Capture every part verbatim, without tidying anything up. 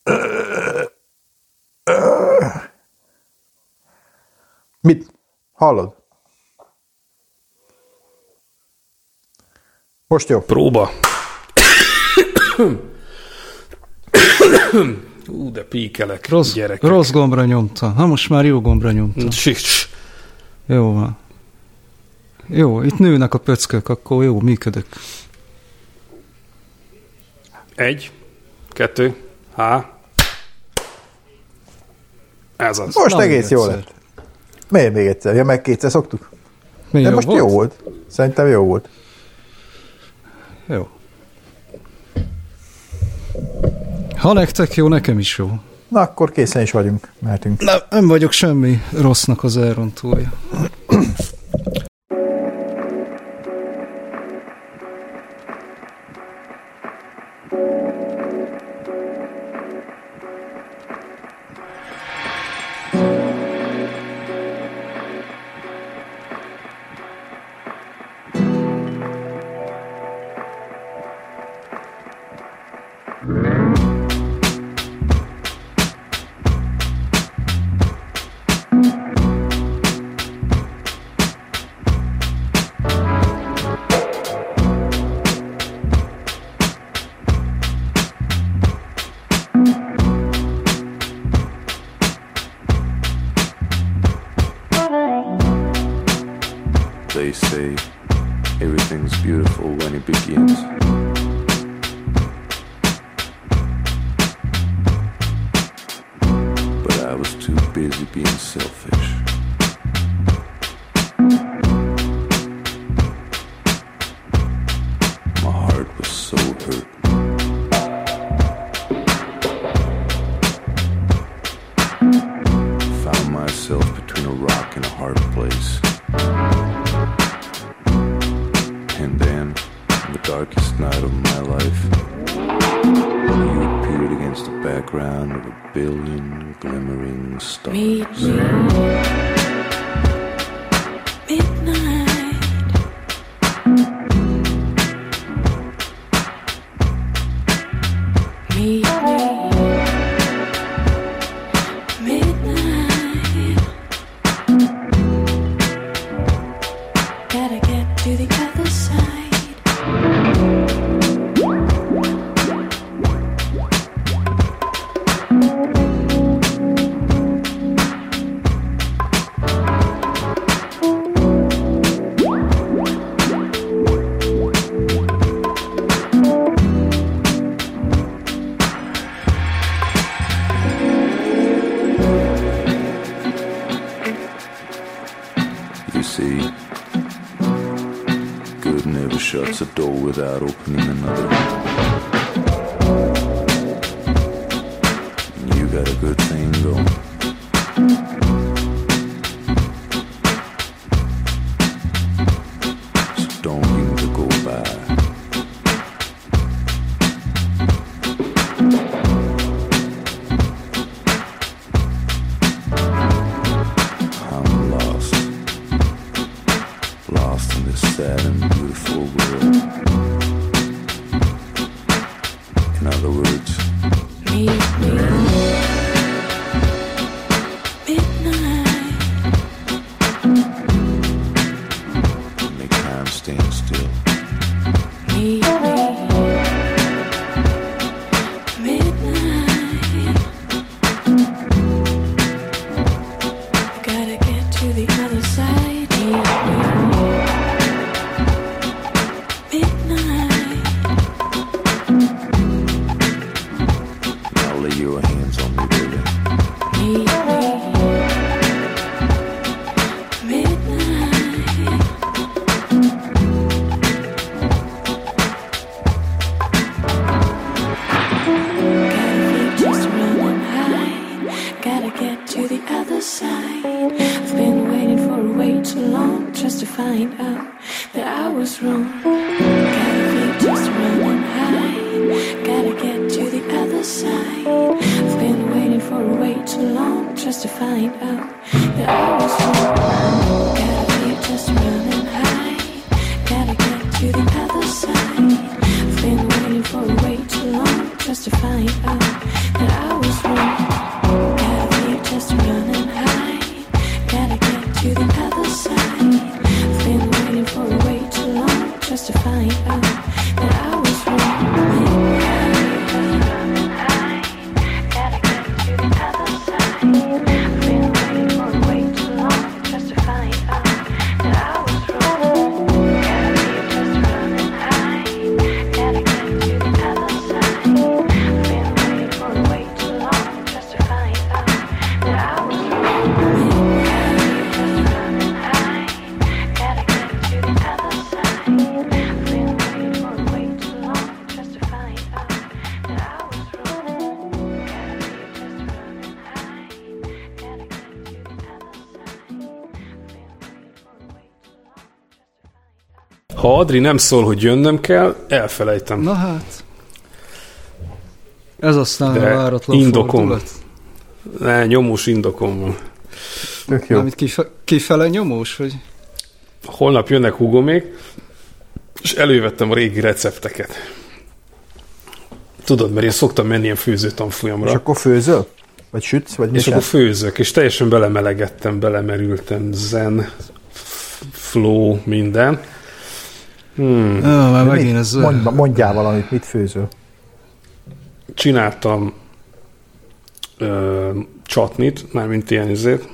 Mit? Hallod? Most jó. Próba. Ú, de píkelek, rossz, gyerekek. Rossz gombra nyomta. Ha most már jó gombra nyomta. Csics. Jó van. Jó, itt nőnek a pöckök, akkor jó, működök. Egy, kettő, há. Ez az. Most Na, egész jó lett. Miért még egyszer? Ja, meg kétszer szoktuk. Mi De jó most volt? jó volt. Szerintem jó volt. Jó. Ha nektek jó, nekem is jó. Na, akkor készen is vagyunk. Mehetünk. Nem, nem vagyok semmi rossznak az elrontója. They say everything's beautiful when it begins. But I was too busy being selfish. My heart was so hurt. Found myself between a rock and a hard place. And then, in the darkest night of my life, you appeared against the background of a billion glimmering stars. Meet me. Midnight. Meet me. Midnight. Gotta get to the other side. You see, good never shuts a door without opening another. You got a good thing going. So don't leave it go by. I'm lost. Lost in this sad and beautiful world. In other words, Meet me. Midnight. make time stand still. Meet me. Midnight. Gotta get to the other side. Meet me. Midnight. Now lay your hands on me, baby. Meet me. Midnight. Gotta be just running high. Gotta get to the other side. I've been waiting for way too long just to find out that I was wrong. Gotta be just running high. Gotta get to the other side. I've been waiting for way too long just to find out that I was wrong. Gotta be just running high. Gotta get to the other side. I've been waiting for way too long just to find out that I was wrong. Got a fever just running high. Gotta get to the other side. I've been waiting for way too long just to find out that I was wrong. Gotta get to the other side. I've been waiting for way too long just to find out that I was wrong. Gotta be just running high. Gotta get to the other side. I've been waiting for way too long just to find out that I was wrong. Gotta get to the other side. I've been waiting for way too long just to find out that I was wrong. Gotta be just running high. Gotta get to the other side. I've been waiting for way too long just to find out. Ha Adri nem szól, hogy jönnöm kell, elfelejtem. Na hát. Ez aztán De a váratlan indokom. fordulat. Ne, nyomós indokom van. Tök jó. Mármint kife- kifele nyomós, vagy? Holnap jönnek hugomék, és elővettem a régi recepteket. Tudod, mert én szoktam menni ilyen főzőtanfolyamra. És akkor főzöl? Vagy sütsz? Vagy mi És sem? akkor főzök, és teljesen belemelegettem, belemerültem, zen, flow, minden. Hmm. Ja, már De megint mit? ez... Mondj, mondjál valamit, mit főzöl? Csináltam ö, csatnit, mármint ilyen izét.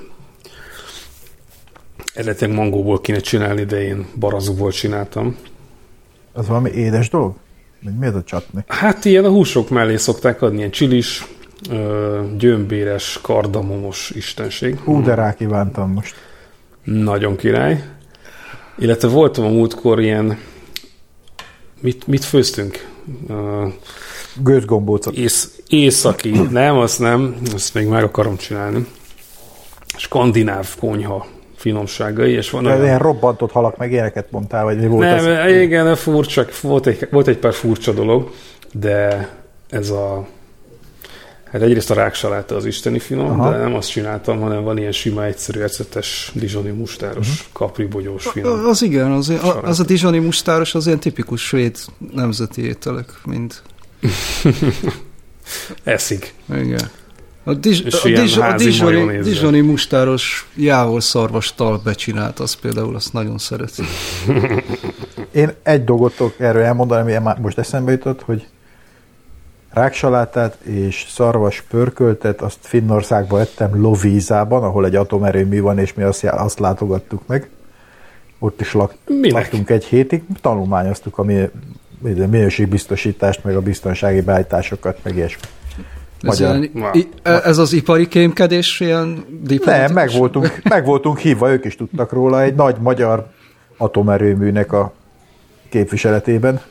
Eredetileg mangóból kéne csinálni, de én barazúból csináltam. Az valami édes dolog? Vagy mi az a csatni? Hát ilyen a húsok mellé szokták adni, ilyen csilis, ö, gyömbéres, kardamomos istenség. Hú, de rákívántam most. Nagyon király. Illetve voltam a múltkor ilyen, mit, mit főztünk? Uh, Gőzgombócot. ész, északi, nem, azt nem, azt még meg akarom csinálni. Skandináv konyha finomságai, és van De olyan... ilyen robbantott halak, meg ilyeneket mondtál, vagy mi volt Nem, az? igen, furcsa, volt egy, volt egy pár furcsa dolog, de ez a... Hát egyrészt a ráksaláta az isteni finom, Aha. de nem azt csináltam, hanem van ilyen sima, egyszerű, ecetes, dizsoni mustáros, uh-huh. kapribogyós finom. Az igen, az, a, az a dizsoni mustáros az ilyen tipikus svéd nemzeti ételek, mint... Eszik. Igen. A, diz, És a, ilyen diz, a házi dizsoni, majonézzel. dizsoni mustáros jávorszarvas tal becsinált, az például azt nagyon szereti. Én egy dolgot tudok erről elmondani, ami már most eszembe jutott, hogy ráksalátát és szarvas pörköltet, azt Finnországban ettem Lovízában, ahol egy atomerőmű van, és mi azt, azt látogattuk meg. Ott is lak, laktunk egy hétig, tanulmányoztuk a minőségbiztosítást, meg a biztonsági beállításokat, meg ilyesmi. Ez, Magyar. ilyen, i, ez az ipari kémkedés ilyen diplomatikus? Nem, meg voltunk, meg voltunk hívva, ők is tudtak róla, egy nagy magyar atomerőműnek a képviseletében.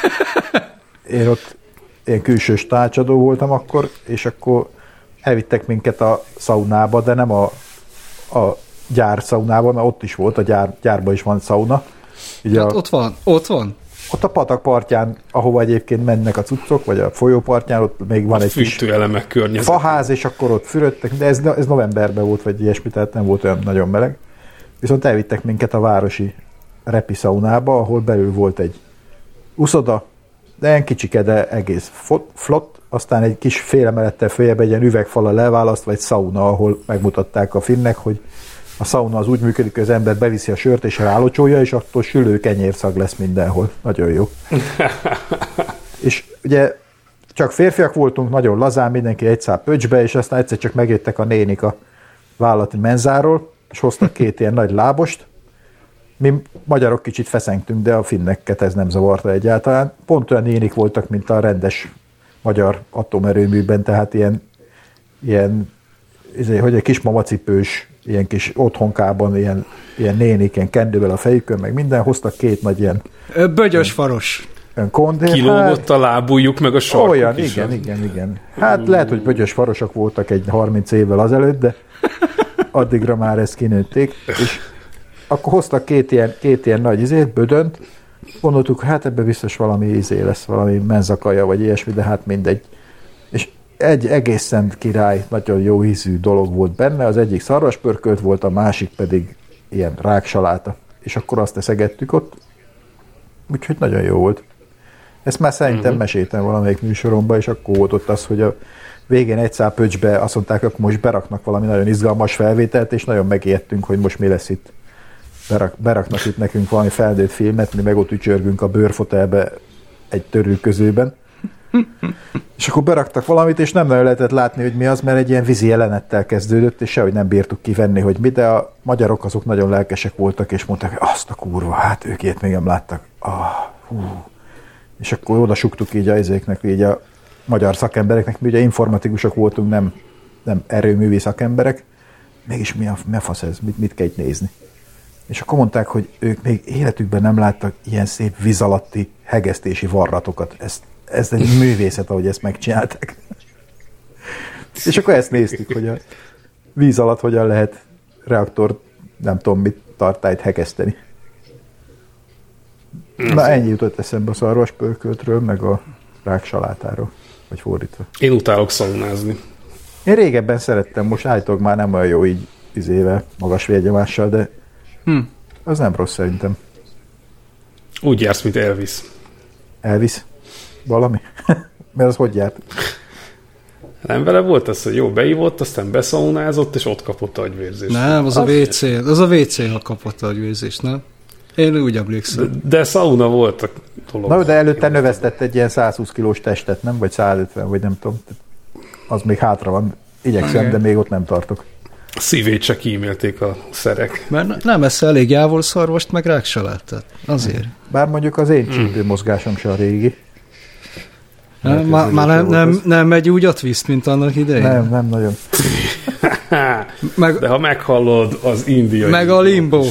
Én ott én külsős tanácsadó voltam akkor, és akkor elvittek minket a szaunába, de nem a, a gyár szaunába, mert ott is volt, a gyár, gyárban is van szauna. Ugye Hát a, ott van, ott van. ott a patak partján, ahova egyébként mennek a cuccok, vagy a folyópartján, ott még van A egy kis fűtőelemek környezet. faház, és akkor ott fürödtek, de ez, ez novemberben volt, vagy ilyesmi, tehát nem volt olyan nagyon meleg. Viszont elvittek minket a városi repi szaunába, ahol belül volt egy uszoda, de ilyen kicsike, de egész flott, aztán egy kis fél emelettel följebb egy ilyen üvegfala leválasztva, egy szauna, ahol megmutatták a finnek, hogy a szauna az úgy működik, hogy az ember beviszi a sört és rálocsolja, és attól sülő kenyérszag lesz mindenhol. Nagyon jó. És ugye csak férfiak voltunk, nagyon lazán, mindenki egy szál pöcsbe, és aztán egyszer csak megjöttek a nénik a vállalati menzáról, és hoztak két ilyen nagy lábost. Mi magyarok kicsit feszengtünk, de a finneket ez nem zavarta egyáltalán. Pont olyan nénik voltak, mint a rendes magyar atomerőműben, tehát ilyen, ilyen hogy egy kis mamacipős, ilyen kis otthonkában, ilyen, ilyen nénik, ilyen kendővel a fejükön, meg minden, hoztak két nagy ilyen... Bögyös faros. Kondé, kilógott hát, a lábujjuk, meg a sarkuk olyan, is. igen, igen, igen. Hát lehet, hogy bögyös farosok voltak egy harminc évvel azelőtt, de addigra már ezt kinőtték, és akkor hoztak két ilyen, két ilyen nagy izét, bödönt, gondoltuk, hát ebben biztos valami izé lesz, valami menzakaja, vagy ilyesmi, de hát mindegy. És egy egészen király, nagyon jó ízű dolog volt benne, az egyik szarvaspörkölt volt, a másik pedig ilyen ráksaláta. És akkor azt eszegettük ott, úgyhogy nagyon jó volt. Ezt már szerintem uh-huh. meséltem valamelyik műsoromban, és akkor volt ott az, hogy a végén egy szál pöcsbe azt mondták, hogy most beraknak valami nagyon izgalmas felvételt, és nagyon megijedtünk, hogy most mi lesz itt. Berak, beraknak itt nekünk valami feldőtt filmet, mi meg ott ücsörgünk a bőrfotelbe egy törülközőben. És akkor beraktak valamit, és nem nagyon lehetett látni, hogy mi az, mert egy ilyen vízi jelenettel kezdődött, és sehogy nem bírtuk kivenni, hogy mi, de a magyarok azok nagyon lelkesek voltak, és mondták, hogy azt a kurva, hát ők ilyet még nem láttak. Ah, hú. És akkor oda suktuk így a izéknek, így a magyar szakembereknek, mi ugye informatikusok voltunk, nem, nem erőművi szakemberek, mégis mi a, mi a fasz ez, mit, mit kell itt nézni. És akkor mondták, hogy ők még életükben nem láttak ilyen szép víz alatti hegesztési varratokat. Ez, ez egy művészet, ahogy ezt megcsinálták. És akkor ezt néztük, hogy a víz alatt hogyan lehet reaktor, nem tudom mit, tartályt hegeszteni. Na ennyi jutott eszembe a szarvaspörköltről, meg a ráksalátáról, vagy fordítva. Én utálok szaunázni. Én régebben szerettem, most állítólag már nem olyan jó így izével, magas vérnyomással, de hm. az nem rossz szerintem. Úgy jársz, mint Elvis. Elvis? Valami? Mert az hogy járt? Nem vele volt az, hogy jó, beívott, aztán beszaunázott, és ott kapott agyvérzést. Nem, az, az a vé cé, az a vé cé, ha kapott agyvérzést, nem? Én úgy emlékszem. De, de szauna volt a dolog. Na, de előtte növesztett egy ilyen százhúsz kilós testet, nem? Vagy százötven, vagy nem tudom. Az még hátra van. Igyekszem, okay. De még ott nem tartok. A szívét se kímélték a szerek. Mert nem eszel elég jávorszarvast, meg ráksalátát. Azért. Bár mondjuk az én csípő mozgásom se a régi. Nem, má, már nem, nem, nem megy úgy atviszt, mint annak idején? Nem, nem nagyon. meg, de ha meghallod az indiai... Meg a limbo.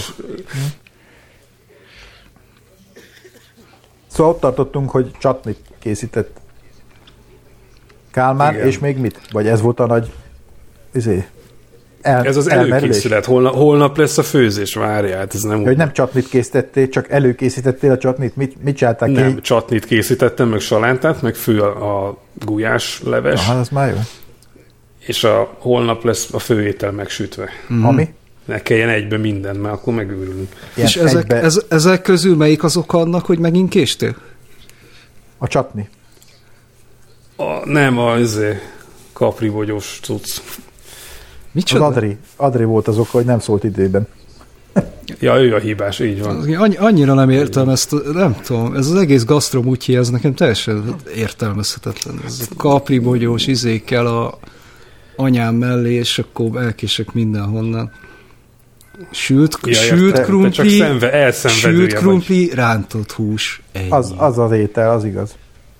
Szóval ott tartottunk, hogy csatnit készített Kálmán, igen. És még mit? Vagy ez volt a nagy izé, el, ez az előkészület. Holnap, holnap lesz a főzés, várjál. Ez nem, hogy nem csatnit készítettél, csak előkészítettél a csatnit. Mit, mit csinálták? Nem, ki? Csatnit készítettem, meg salántát, meg fő a, a gulyás leves. Aha, az már jó. És a holnap lesz a főétel megsütve. Mm. Ami? Ne kelljen egybe minden, mert akkor megőrülünk. És ezek, ez, ezek közül melyik az oka annak, hogy megint késtél? A csatni. A, nem, az kapribogyós cucc. Micsoda? Az Adri. Adri volt az oka, hogy nem szólt időben. Ja, ő a hibás, így van. Annyi, annyira nem értem ezt, nem tudom, ez az egész gasztromútyi, ez nekem teljesen értelmezhetetlen. Ez a kapribogyós izékkel a anyám mellé, és akkor elkések mindenhonnan. Sült, ja, sült te, krumpli, te szenve, sült krumpli, vagy. Rántott hús. Az, az az étel, az igaz.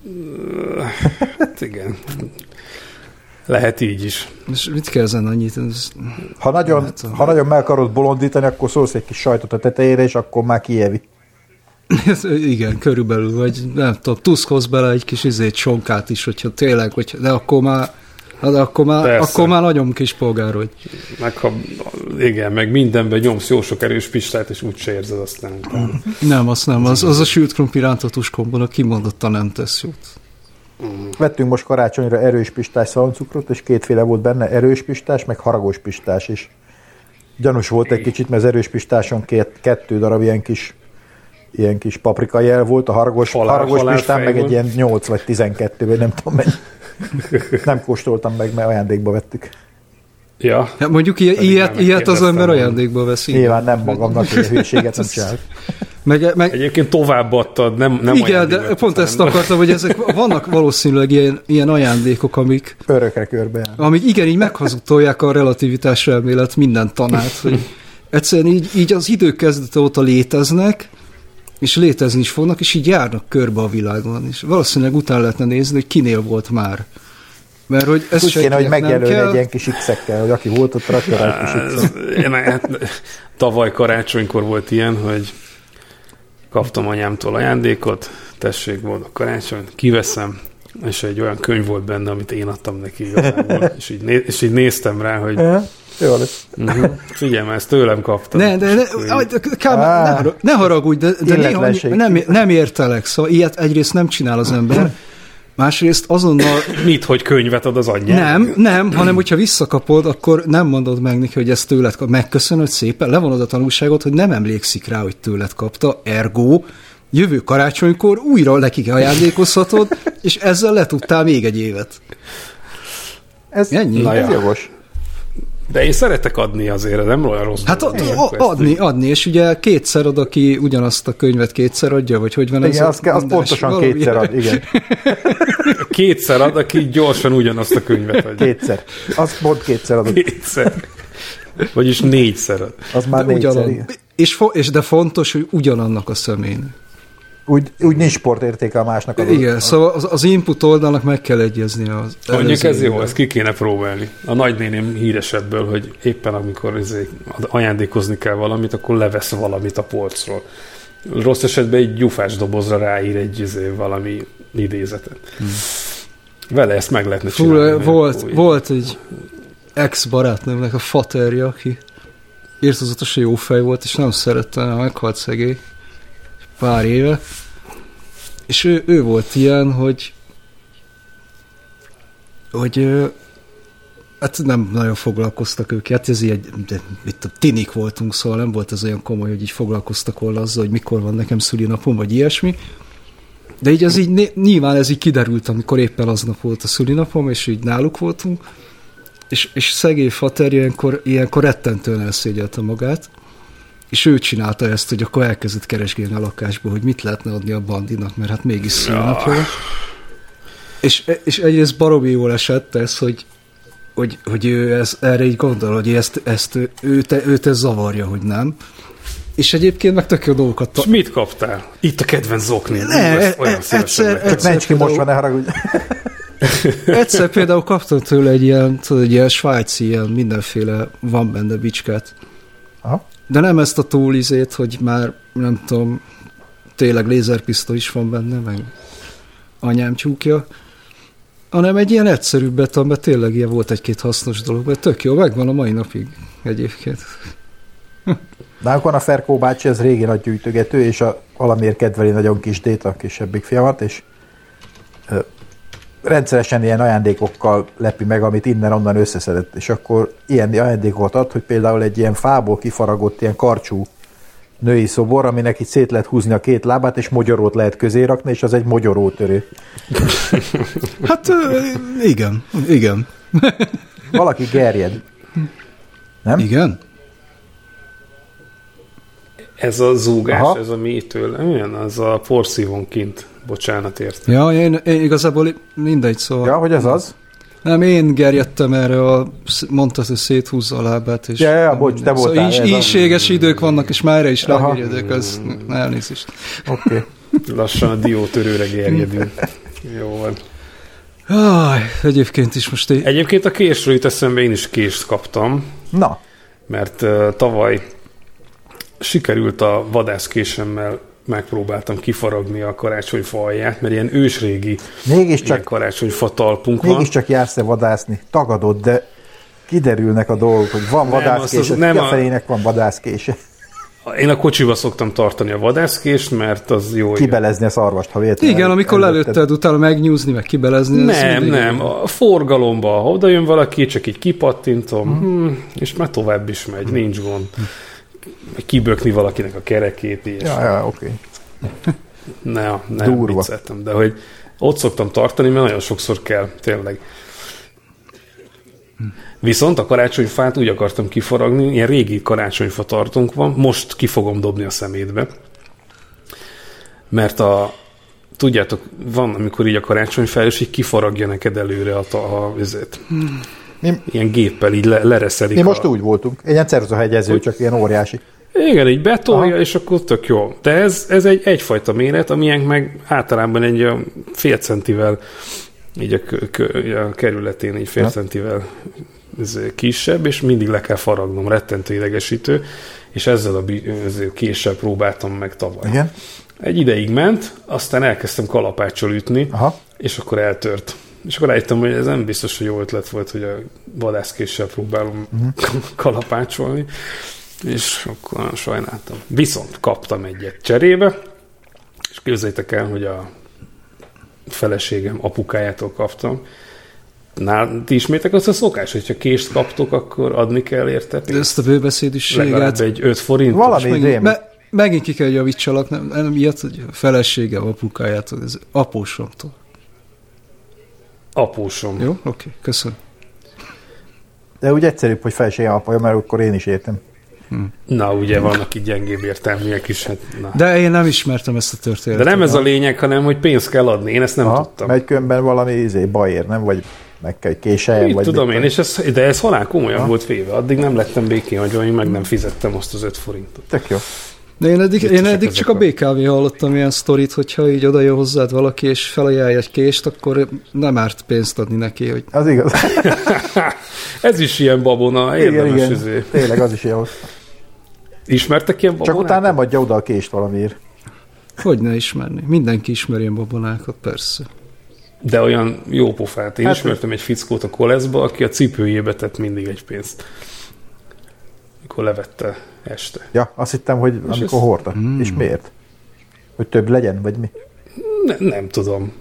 Hát igen. Lehet így is. És mit kell ezen annyit? Ez... Ha, nagyon, hát, ha nagyon meg akarod bolondítani, akkor szólsz egy kis sajtot a tetejére, és akkor már kijevi. Igen, körülbelül, vagy nem tudom, tuszkolsz bele egy kis izét, sonkát is, hogyha tényleg, hogy, de akkor már de akkor már, akkor már nagyon kis polgár vagy. Meg ha, igen, meg mindenben nyomsz jó sok erős pistát, és úgyse érzed aztán. Nem, azt nem. Az, az a sült krumpli rántatus kombon, a kimondottan nem tesz jót. Mm. Vettünk most karácsonyra erős pistás szaloncukrot, és kétféle volt benne, erős pistás, meg haragos pistás is. Gyanús volt egy kicsit, mert az erős pistáson két, kettő darab ilyen kis, ilyen kis paprika jel volt, a haragos, halál, haragos pistán meg egy ilyen nyolc vagy tizenkettő, vagy nem tudom mennyi. Nem kóstoltam meg, mert ajándékba vettük. Ja. Ja, mondjuk ilyet, ilyet, ilyet az ember ajándékba veszi. Nyilván nem magamnak, hogy a hülyeséget nem csinál. Meg, meg... Egyébként továbbadtad, nem, nem igen, de pont ezt akartam, hogy ezek vannak valószínűleg ilyen, ilyen ajándékok, amik... Örökre körbe jár. Amik igen, így meghazudtolják a relativitás elmélet minden tanát, hogy egyszerűen így, így az idők kezdete óta léteznek, és létezni is fognak, és így járnak körbe a világon. És valószínűleg utána lehetne nézni, hogy kinél volt már. Mert hogy ez úgy kéne, hogy megjelölni egy ilyen kis x-ekkel, hogy aki volt ott, rakja rá egy kis x-et. Tavaly karácsonykor volt ilyen, hogy kaptam anyámtól ajándékot, tessék, boldog karácsony, kiveszem, és egy olyan könyv volt benne, amit én adtam neki igazából, és így, né- és így néztem rá, hogy jó lesz. Uh-huh. Figyelj, mert ezt tőlem kaptam. Ne, de, de, kám, ne, ne haragudj, de, de néha nem, nem értelek, szóval ilyet egyrészt nem csinál az ember, másrészt azonnal... Mit, hogy könyvet ad az anyjának? Nem, nem, hanem hogyha visszakapod, akkor nem mondod meg neki, hogy ezt tőled kapta. Megköszönöd szépen, levonod a tanulságot, hogy nem emlékszik rá, hogy tőled kapta, ergo jövő karácsonykor újra nekik ajándékozhatod, és ezzel letudtál még egy évet. Ez, Ennyi? ez ja. jogos. De én szeretek adni azért, nem olyan rossz. Hát dolog. ad, Igen, a, akkor ezt adni, így- adni, és ugye kétszer ad, aki ugyanazt a könyvet kétszer adja, vagy hogy van ez? Igen, a az, az mondás? pontosan Valami kétszer ad, igen. Kétszer ad, aki gyorsan ugyanazt a könyvet adja. Kétszer. Az pont kétszer adott. Kétszer. Vagyis négyszer ad. Az már De négyszer, ugyanaz. igen. És, fo- és de fontos, hogy ugyanannak a személynek. Úgy, úgy nincs sportértéke a másnak. Az Igen, az, szóval az, az input oldalnak meg kell egyezni az Mondjuk ez előzővel. jó, ezt ki kéne próbálni. A nagynéném híres ebből, hogy éppen amikor izé ajándékozni kell valamit, akkor levesz valamit a polcról. Rossz esetben egy gyufás dobozra ráír egy izé, valami idézetet. Hmm. Vele ezt meg lehetne Fú, csinálni. volt, Új. volt egy ex-barátnőmnek a faterja, aki írtozatosan jó fej volt, és nem szerette, meghalt szegély pár éve. És ő, ő volt ilyen, hogy hogy ö, hát nem nagyon foglalkoztak ők. Hát ez ilyen, de itt a tinik voltunk, szóval nem volt ez olyan komoly, hogy így foglalkoztak volna azzal, hogy mikor van nekem szülinapom, vagy ilyesmi. De így ez így, né- nyilván ez így kiderült, amikor éppen aznap volt a szülinapom, és így náluk voltunk, és, és szegély fater ilyenkor, ilyenkor rettentően elszégyelte magát, és ő csinálta ezt, hogy akkor elkezdett keresgélni a lakásba, hogy mit lehetne adni a bandinak, mert hát mégis szülinapja van. És, és egyrészt baromi jól esett ez, hogy, hogy, hogy ő ez, erre így gondol, hogy ezt, ezt őt, őt ez zavarja, hogy nem. És egyébként meg tök jó dolgokat... És mit kaptál? Itt a kedvenc zoknél. Ne, Ezt olyan e- szívesen egyszer- megkapom. Csak nincs ki most van, ne haragudj. Egyszer például kaptam tőle egy ilyen, tudod, egy ilyen svájci, ilyen mindenféle van benne bicskát. Aha. De nem ezt a túlizét, hogy már nem tudom, tényleg lézerpisztoly is van benne, meg anyám csúkja, hanem egy ilyen egyszerűbbet, amiben tényleg ilyen volt egy-két hasznos dolog, mert tök jó, megvan a mai napig egyébként. Nálunk a Ferkó bácsi, ez régi nagy gyűjtögető, és a, valamiért kedveli nagyon kis Dét, a kisebbik fiamat, és ö, rendszeresen ilyen ajándékokkal lepi meg, amit innen-onnan összeszedett, és akkor ilyen ajándékokat ad, hogy például egy ilyen fából kifaragott ilyen karcsú női szobor, aminek itt szét lehet húzni a két lábát, és mogyorót lehet közé rakni, és az egy mogyorótörő. Hát ö, igen, igen. Valaki gerjed. Nem? Igen? Ez a zúgás, Aha. ez a métől, milyen? Az a porszívon kint. Bocsánat érte. Ja, én, én igazából mindegy, szóval... Ja, hogy ez az? Nem, én gerjedtem erre, a, mondtad, hogy széthúzza a lábát, és... Ja, ja, bocs, te voltál, Szóval ez így, az. ígységes idők vannak, és már erre is Aha. rágerjedek, az elnézést. Oké. Okay. Lassan a diótörőre gerjedünk. Jó van. Áj, egyébként is most egy... Egyébként a késről jut eszembe, én is kést kaptam, Na, mert uh, tavaly sikerült a vadászkésemmel, megpróbáltam kifaragni a karácsonyfa alját, mert ilyen ősrégi ilyen mégiscsak, karácsonyfa talpunk van. mégiscsak jársz-e vadászni? Tagadod, de kiderülnek a dolgok, hogy van Nem, vadászkés, azt az- nem nem a a- felének van vadászkése. Én a kocsiba szoktam tartani a vadászkést, mert az jó. Kibelezni a szarvast, ha véletlenül. Igen, amikor előtted. lelőtted, utána megnyúzni, meg kibelezni. ez Nem, mindig- nem. A forgalomba, ha oda jön valaki, csak így kipattintom, hmm, és már tovább is megy, nincs gond. Kibökni valakinek a kerekét, és Ja, ja, oké. ne, nem Durva. vicceltem, de hogy ott szoktam tartani, mert nagyon sokszor kell, tényleg. Viszont a karácsonyfát úgy akartam kifaragni, ilyen régi karácsonyfa tartunk van, most ki fogom dobni a szemétbe. Mert a, tudjátok, van, amikor így a karácsonyfa, és így kifaragja neked előre a, a vizet. Mi, Ilyen géppel így le, lereszelik. mi most a, úgy voltunk. Egy ilyen ceruszahegyező, csak ilyen óriási. Igen, így betolja, Aha. és akkor tök jó. De ez, ez egy egyfajta méret, amilyen meg általában egy olyan fél centivel, így a, kö, kö, a kerületén így fél Na. centivel ez kisebb, és mindig le kell faragnom, rettentő idegesítő, és ezzel a bi- ezzel késsel próbáltam meg tavaly. Igen. Egy ideig ment, aztán elkezdtem kalapáccsal ütni, Aha. és akkor eltört. És akkor rájöttem, hogy ez nem biztos, hogy jó ötlet volt, hogy a vadászkéssel próbálom uh-huh. kalapácsolni, és akkor sajnáltam. Viszont kaptam egyet cserébe, és képzeljétek el, hogy a feleségem apukájától kaptam. Nál, ti ismétek azt a szokás, hogyha kést kaptok, akkor adni kell érte pénzt? Ezt a bőbeszédűséget... Legalább egy öt forint. Valami Megint, rém. me, megint ki kell javítsalak, nem, nem ilyet, hogy a feleségem, apukájától, ez apósomtól. Apósom. Jó? Oké, okay, köszönöm. De úgy egyszerűbb, hogy felségem apaja, mert akkor én is értem. Na, ugye vannak itt gyengébb értelmiek is. Hát, na. De én nem ismertem ezt a történetet. De nem ez a lényeg, hanem hogy pénzt kell adni. Én ezt nem Aha, tudtam. mert különben valami izé, bajér, nem? Vagy meg kell késeljen, Így vagy... tudom mit- én, és ez, de ez halál komolyan Ha? volt véve. Addig nem lettem békén hagyva, én meg nem fizettem azt az öt forintot. Tök jó. De én eddig, én eddig ezek csak a a- bé ká vé hallottam ilyen sztorit, hogyha így oda jön hozzád valaki, és felajánlja egy kést, akkor nem árt pénzt adni neki, hogy Az igaz. Ez is ilyen babona, igen, érdemes igen. izé. Tényleg az is jó. Ismertek ilyen Csak babonát? utána nem adja oda a kést valamiért. hogy ne ismerni. Mindenki ismeri ilyen babonákat, persze. De olyan jó pofát. Én Hát, hát, ismertem egy fickót a koleszba, aki a cipőjébe tett mindig egy pénzt. Mikor levette este. Ja, azt hittem, hogy És amikor ez- hordta. Mm. És miért? Hogy több legyen, vagy mi? Ne, nem tudom.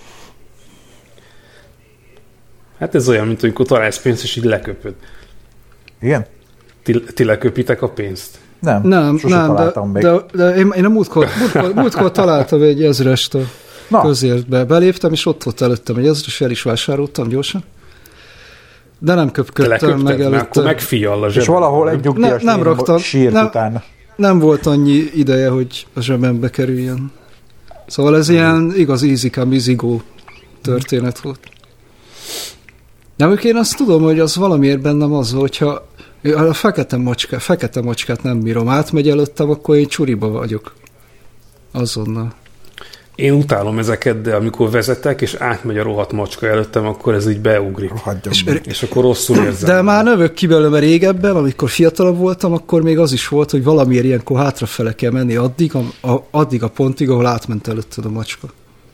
Hát ez olyan, mint amikor találsz pénzt, és így leköpöd. Igen? Ti, ti leköpitek a pénzt? Nem, Nem, sose nem, de, találtam még. de, de én, én a múltkor, múltkor, múltkor találtam egy ezrest a Na, közértbe. Beléptem, és ott volt előttem egy ezres, el is vásároltam gyorsan. De nem Te köpködtem leköpted? meg Mert akkor előtte. megfiall a és zsebben. valahol egy nyugdíjas Nem- nem néni raktam. sírt Nem. utána. Nem volt annyi ideje, hogy a zsebembe kerüljön. Szóval ez ilyen igaz easy come, easy go történet volt. Nem, ők én azt tudom, hogy az valamiért bennem az, hogyha a fekete, macska, fekete macskát nem bírom, átmegy előttem, akkor én csuriba vagyok. Azonnal. Én utálom ezeket, de amikor vezetek, és átmegy a rohadt macska előttem, akkor ez így beugrik. Hagyjam És, be. És akkor rosszul érzem. de már növök ki belőle régebben, amikor fiatalabb voltam, akkor még az is volt, hogy valamiért ilyenkor hátrafele kell menni addig a, a, addig a pontig, ahol átment előtted a macska.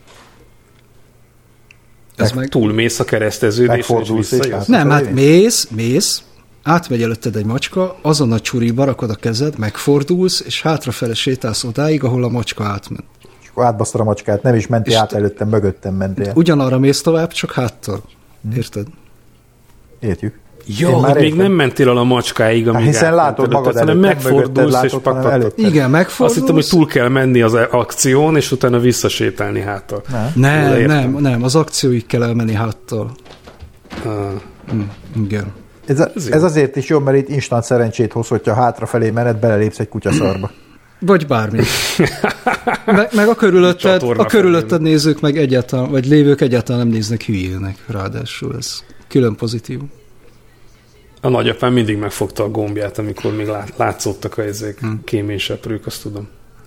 Ez meg meg... túlmész a kereszteződésen, és Megfordulsz és visszajössz. át- Nem, hát Felé? mész, mész, átmegy előtted egy macska, azon a csuriba rakod a kezed, megfordulsz, és hátrafele sétálsz odáig, ahol a macska átment. És akkor átbasztad a macskát, nem is mentél És át te- előttem, mögöttem mentél. Ugyanarra mész tovább, csak háttal. Érted? Értjük. Jó, Én már hogy még értem. nem mentél el a macskáig, amíg Hát hiszen átment látod előtted, magad hanem előtt, nem mögötted megfordulsz, és látod, pak, hanem pak, pak. előtted. Igen, Azt megfordulsz. hittem, hogy túl kell menni az akción, és utána visszasétálni háttal. Nem. Nem, Értem. nem, nem, az akcióig kell elmenni háttal. Ah. Mm, igen. Ez, a, Ez jó. ez azért is jó, mert itt instant szerencsét hoz, hogyha hátrafelé mened, belelépsz egy kutyaszarba. Vagy bármi. meg, meg a körülötted, Csatorna a körülötted felé. nézők meg egyáltalán, vagy lévők egyáltalán nem néznek hülyének, ráadásul ez külön pozitív. A nagyapám mindig megfogta a gombját, amikor még lát, látszottak a ezek hmm. kéményseprők, azt tudom.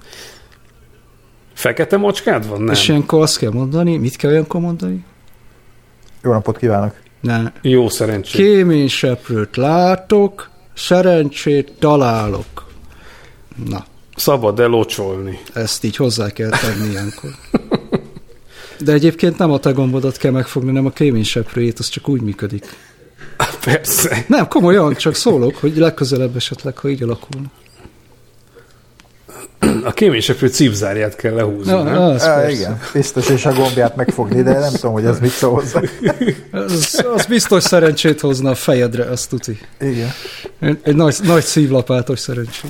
Fekete macskád van? Nem. És ilyenkor azt kell mondani, mit kell olyankor mondani? Jó napot kívánok! Ne. Jó szerencsét. Kéményseprőt látok, szerencsét találok. Na, Szabad elocsolni. ezt így hozzá kell tenni ilyenkor. De egyébként nem a te gombodat kell megfogni, nem a kéményseprőjét, az csak úgy működik. Persze. Nem, komolyan, csak szólok, hogy legközelebb esetleg, ha így alakulna. A kéményseprő cipzárját kell lehúzni, Na, nem? az Á, persze. igen, biztos, és a gombját megfogni, de nem tudom, hogy ez mit szól hozzá. Az, az biztos szerencsét hozna a fejedre, azt tuti. Igen. Egy, egy nagy, nagy szívlapátos szerencsét.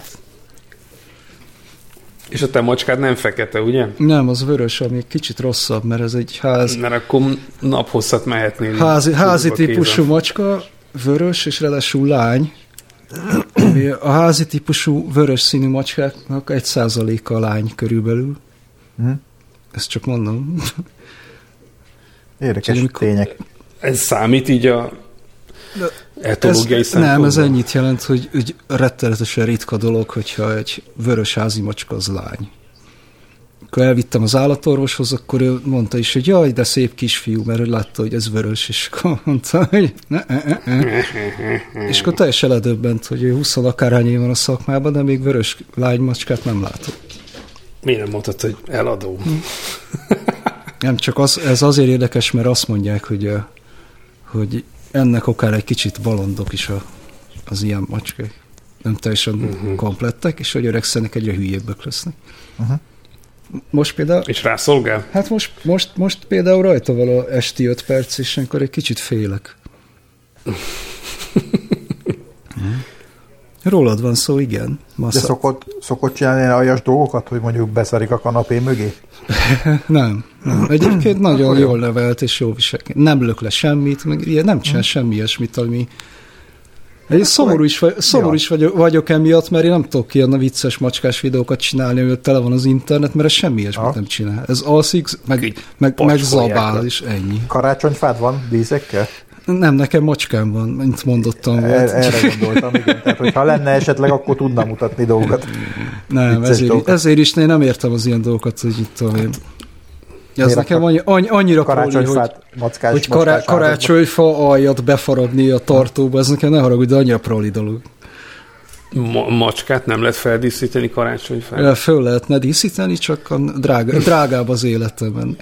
És a te macskád nem fekete, ugye? Nem, az vörös, ami kicsit rosszabb, mert ez egy ház, Mert akkor naphosszat mehetnél. házi, házi kézzel. típusú macska, vörös, és ráadásul lány. Ami a házi típusú vörös színű macskáknak egy százaléka a lány körülbelül. Hm? Ezt csak mondom. Érdekes Úgyhogy amikor- tények. Ez számít így a etológiai Ez, szempontból? nem, ez ennyit jelent, hogy, hogy rettenetesen ritka dolog, hogyha egy vörös házi macska az lány. Akkor elvittem az állatorvoshoz, akkor ő mondta is, hogy jaj, de szép kisfiú, mert ő látta, hogy ez vörös, és akkor mondta, hogy ne, ne, ne, ne. És akkor teljesen ledöbbent, hogy ő húsz akárhány év van a szakmában, de még vörös lánymacskát nem látott. Miért nem mondtad, hogy eladó? Nem, csak az, ez azért érdekes, mert azt mondják, hogy, ö, hogy ennek okán egy kicsit balondok is a, az ilyen macskák. Nem teljesen uh-huh. komplettek, és hogy öregszenek, egyre hülyébbek lesznek. Uh-huh. Most például, És rászolgál? hát most, most, most például rajta van a esti öt perc, és akkor egy kicsit félek. Rólad van szó, igen. De Massza. szokott, szokott csinálni aljas dolgokat, hogy mondjuk beszarik a kanapé mögé? Nem, nem. Egyébként nagyon Akkor jó. jól nevelt és jó viselkedik. Nem lök le semmit, meg ilyen, nem csinál semmi ilyesmit, ami, Én szomorú is, vagy, szomorú is vagyok, vagyok emiatt, mert én nem tudok ilyen a vicces macskás videókat csinálni, hogy tele van az internet, mert ez semmi ilyesmit nem csinál. Ez alszik, meg, meg, meg zabál, és ennyi. Karácsonyfád van díszekkel? Nem, nekem macskám van, mint mondottam volt. Er, erre gondoltam, igen. Tehát, hogyha lenne esetleg, akkor tudnám mutatni dolgokat. Nem, ezért, dolgokat. ezért is én nem értem az ilyen dolgokat, hogy itt tudom én. Ez Miért nekem annyi, annyi, annyira proli, hogy, mackás, hogy kará, karácsonyfa aljat befaragni a tartóba, ez nekem ne haragudj, de annyira proli dolog. Ma- macskát nem lehet feldíszíteni karácsonyfát? Föl lehetne díszíteni, csak a drága, drágább az életemben.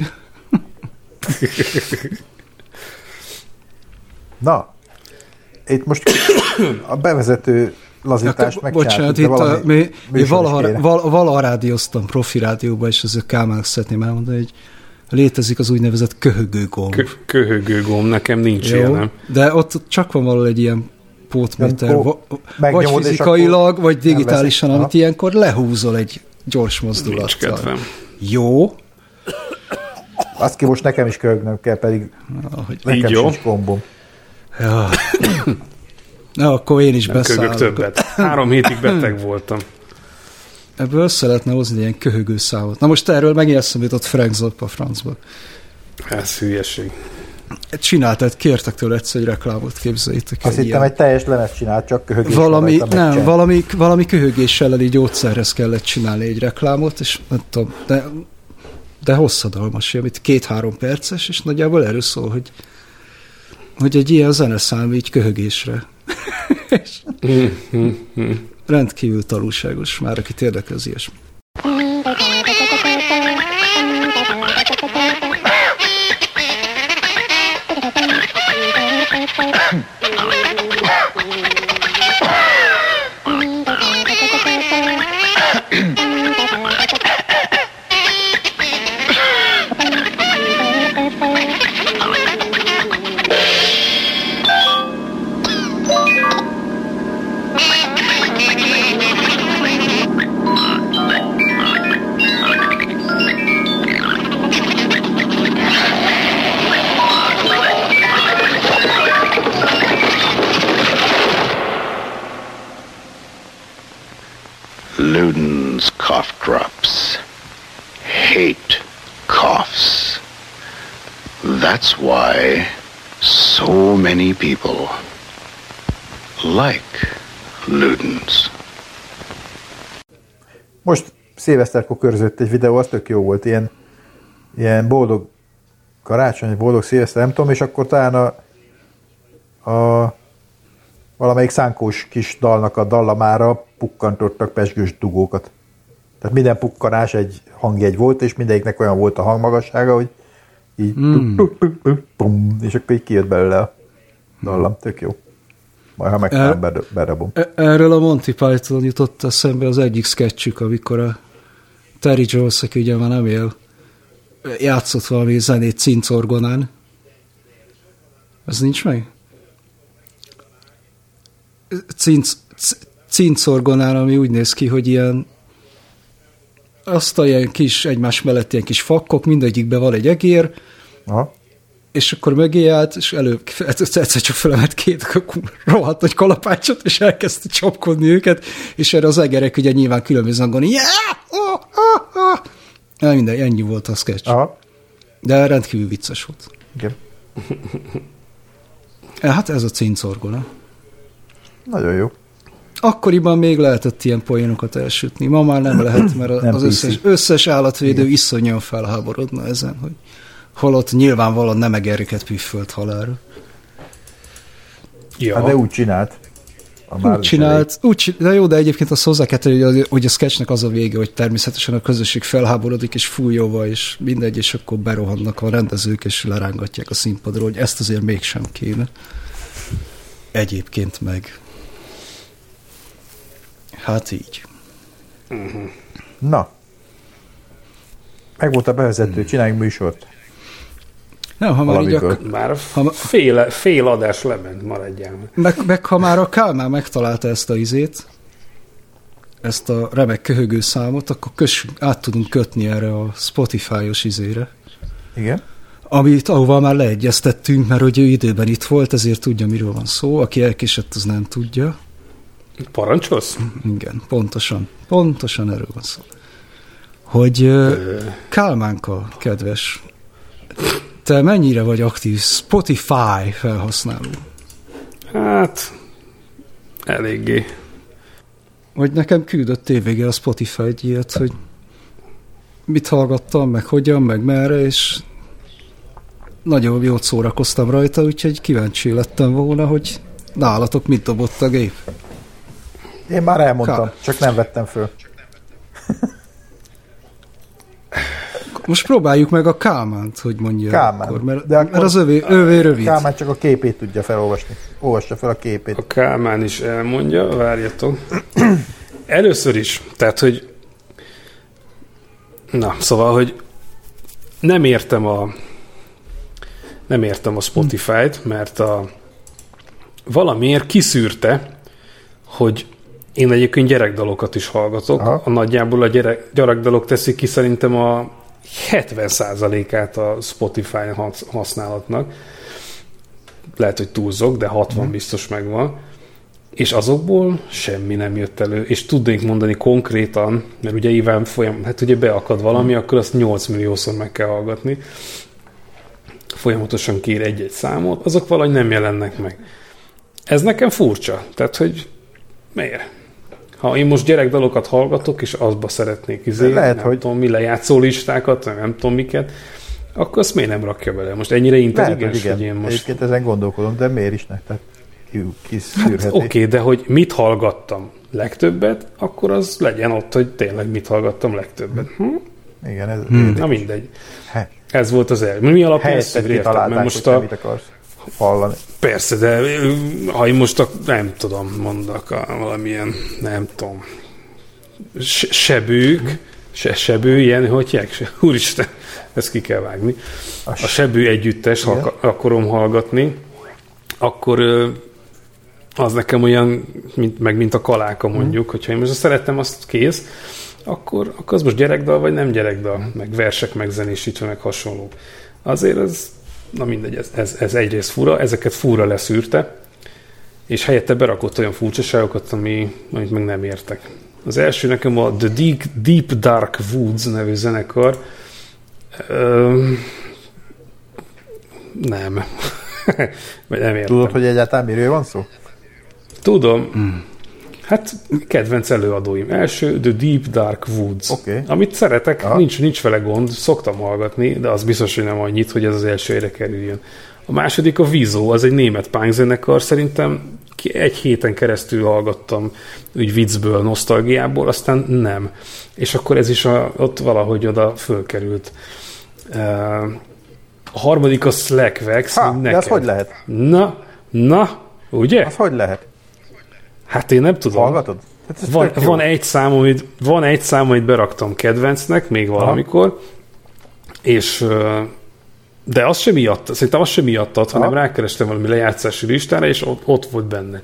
Na, itt most a bevezető lazítást megcsináltuk, de valami a, mi, mi valaha, val, valaha rádióztam profi rádióban, és az ő Kálmának szeretném elmondani, hogy létezik az úgynevezett köhögőgomb. Kö, köhögőgomb, nekem nincs Jó, ilyen. de ott csak van valahol egy ilyen pótméter, vagy nyomod, fizikailag, vagy digitálisan, amit ha. ilyenkor lehúzol egy gyors mozdulattal. Jó. Azt ki most nekem is köhögnöm kell, pedig Ahogy nekem jó. Sincs gombom. Ja. Na, akkor én is nem beszállok. Köhög többet. Három hétig beteg voltam. Ebből össze lehetne hozni ilyen köhögő számot. Na most erről megint eszembe jutott Frank Zappa francba. Ez hülyeség. Csináltad, kértek tőle egyszer egy reklámot, képzeljétek. Azt hittem, egy teljes lemezt csinált, csak köhögés. Valami, nem, valami, valami köhögés elleni gyógyszerhez kellett csinálni egy reklámot, és nem tudom, de, de hosszadalmas, amit két-három perces, és nagyjából erről szól, hogy, hogy egy ilyen zeneszám így köhögésre. Rendkívül tanulságos, már akit érdekel az ilyesmi. Luden's cough drops. Hate coughs. That's why so many people like Luden's. Most szilveszterkor körzött egy videó, az tök jó volt, ilyen, ilyen boldog karácsony, boldog szilveszter, nem tudom, és akkor talán a, a valamelyik szánkós kis dalnak a dallamára pukkantottak pezsgős dugókat. Tehát minden pukkanás egy hangjegy volt, és mindegyiknek olyan volt a hangmagassága, hogy így mm. tuk, tuk, tuk, pum, és akkor így kijött belőle a dallam. Tök jó. Majd ha megtalán er, berabom. Erről a Monty Python jutott eszembe az egyik sketchük, amikor a Terry Jones, aki ugye már nem él, játszott valami zenét cincorgonán. Ez nincs meg? Cinc, cincorgonán, ami úgy néz ki, hogy ilyen azt a ilyen kis, egymás mellett ilyen kis fakkok, mindegyikben van egy egér, aha. És akkor mögé állt, és előbb egyszer csak felemett két rohadt nagy kalapácsot, és elkezdte csapkodni őket, és erre az egerek ugye nyilván különböző hangon, yeah! oh, oh, oh. Minden, ennyi volt a sketch. Aha. De rendkívül vicces volt. Igen. Hát ez a cincorgona. Nagyon jó. Akkoriban még lehetett ilyen poénokat elsütni. Ma már nem lehet, mert nem az összes, összes állatvédő igen. iszonyan felháborodna ezen, hogy holott nyilvánvalóan nem egereket püffölt halálra. Ja. Hát de úgy csinált. Úgy csinált, úgy csinált, de jó, de egyébként azt hozzá kell tenni, hogy, hogy a sketchnek az a vége, hogy természetesen a közösség felháborodik, és fújóva, és mindegy, és akkor berohannak a rendezők, és lerángatják a színpadról, hogy ezt azért mégsem kéne. Egyébként meg. Hát így. Uh-huh. Na. Meg volt a bevezető, csináljunk műsort. Nem, ha már így a, már ha, fél, fél adás lement, maradjál. Meg, meg ha már a Kálmán megtalálta ezt a izét, ezt a remek köhögő számot, akkor kössünk, át tudunk kötni erre a Spotify-os izére. Igen. amit, ahová már leegyeztettünk, mert hogy ő időben itt volt, ezért tudja, miről van szó. Aki elkésett, az nem tudja. Parancsolsz? Igen, pontosan. Pontosan erről van szó. Hogy uh, Kálmánka, kedves, te mennyire vagy aktív Spotify felhasználó? Hát, eléggé. Vagy nekem küldött évvégén a Spotify egy ilyet, hogy mit hallgattam, meg hogyan, meg merre, és nagyon jól szórakoztam rajta, úgyhogy kíváncsi lettem volna, hogy nálatok mit dobott a gép. Én már elmondtam, Ká... csak nem vettem föl. Most próbáljuk meg a Kálmánt, hogy mondja. Kálmán. Akkor, mert, De akkor mert az övé, övé rövid. Kálmán csak a képét tudja felolvasni. Olvassa fel a képét. A Kálmán is elmondja, várjatok. Először is, tehát, hogy na, szóval, hogy nem értem a nem értem a Spotify-t, mert a valamiért kiszűrte, hogy én egyébként gyerekdalokat is hallgatok. Aha. A nagyjából a gyerek, gyerekdalok teszik ki szerintem a hetven százalékát a Spotify használatnak. Lehet, hogy túlzok, de hatvan biztos megvan. És azokból semmi nem jött elő. És tudnék mondani konkrétan, mert ugye éven folyam, hát ugye beakad valami, akkor azt nyolc milliószor meg kell hallgatni. Folyamatosan kér egy-egy számot, azok valahogy nem jelennek meg. Ez nekem furcsa. Tehát, hogy miért? Ha én most gyerekdalokat hallgatok, és azba szeretnék izé, lehet, nem hogy... tudom mi, lejátszó listákat, nem tudom miket, akkor azt miért nem rakja bele? Most ennyire intelligens, lehet, hogy, hogy én most... Egyébként ezen gondolkodom, de miért is ne? Tehát kiszűrheti. Hát, oké, okay, de hogy mit hallgattam legtöbbet, akkor az legyen ott, hogy tényleg mit hallgattam legtöbbet. Hm? Igen, ez... Hmm. Na mindegy. He. Ez volt az el. Mi alapján szűrértem, mert most a... mit akarsz hallani. Persze, de ha én most a, nem tudom, mondok a, valamilyen, nem tudom, se, sebők, se, sebő, ilyen, hogy hívják? Úristen, ezt ki kell vágni. A sebő együttes, ha akarom hallgatni, akkor az nekem olyan, mint, meg mint a kaláka mondjuk, hogyha én most szerettem, azt kész, akkor, akkor az most gyerekdal, vagy nem gyerekdal, meg versek megzenésítve, meg hasonló. Azért ez, na mindegy, ez, ez, ez egyrészt fura, ezeket fura leszűrte, és helyette berakott olyan furcsaságokat, ami, amit meg nem értek. Az első nekem a The Deep, Deep Dark Woods nevű zenekar. Ö, nem. Vagy nem értem. Tudod, hogy egyáltalán miről van szó? Tudom. Mm. Hát kedvenc előadóim. Első The Deep Dark Woods. Okay. Amit szeretek, nincs, nincs vele gond, szoktam hallgatni, de az biztos, hogy nem annyit, hogy ez az első helyre kerüljön. A második a Vizo, az egy német punk zenekar, szerintem egy héten keresztül hallgattam úgy viccből, nosztalgiából, aztán nem. És akkor ez is a, ott valahogy oda fölkerült. A harmadik a Slackwax. Ha, de az hogy lehet? Na, na, ugye? Az hogy lehet? Hát én nem tudom. Hallgatod? Hát van, van, egy szám, amit, van egy szám, amit beraktam kedvencnek, még valamikor, aha, és de az sem miatt, szerintem az sem miattad, aha, hanem rákerestem valami lejátszási listára, és ott, ott volt benne.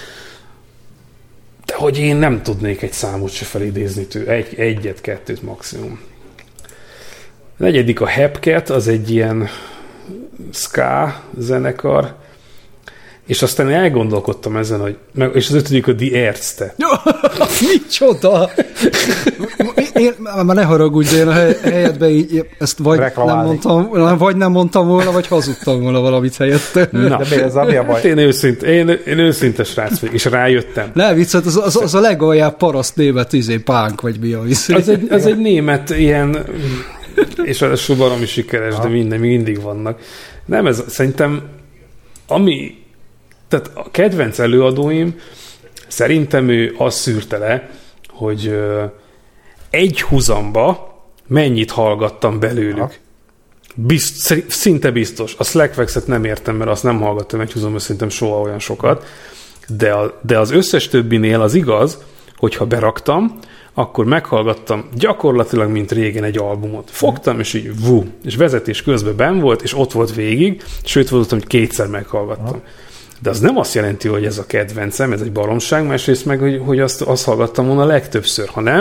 De hogy én nem tudnék egy számot se felidézni tőle, egy, egyet, kettőt maximum. A negyedik a Hepcat, az egy ilyen ska zenekar, és aztán elgondolkodtam ezen, hogy, meg, és az ötödik a Die Ärzte. Micsoda! Én, már ne haragudj, de én a helyedben így, ezt vagy nem, mondtam, vagy nem mondtam volna, vagy hazudtam volna valamit helyette. Na, de mi ez, ami a baj? Hát én, őszint, én, én őszinte srác vagyok, és rájöttem. Ne viccet, az, az, az a legaljább paraszt német izé, pánk, vagy mi a visz. Az egy, az egy német ilyen, és az baromi sikeres, de minden, mindig vannak. Nem, ez szerintem, ami tehát a kedvenc előadóim, szerintem ő azt szűrte le, hogy ö, egy húzamba mennyit hallgattam belőlük. Bizt, szinte biztos. A Slackwax-et nem értem, mert azt nem hallgattam egy húzamba, szerintem soha olyan sokat. De, a, de az összes többinél az igaz, hogyha beraktam, akkor meghallgattam gyakorlatilag, mint régen egy albumot. Fogtam, és így vú, és vezetés közben benn volt, és ott volt végig, sőt, voltam, hogy kétszer meghallgattam. De az nem azt jelenti, hogy ez a kedvencem, ez egy baromság, másrészt meg, hogy, hogy azt, azt hallgattam volna legtöbbször. Ha nem,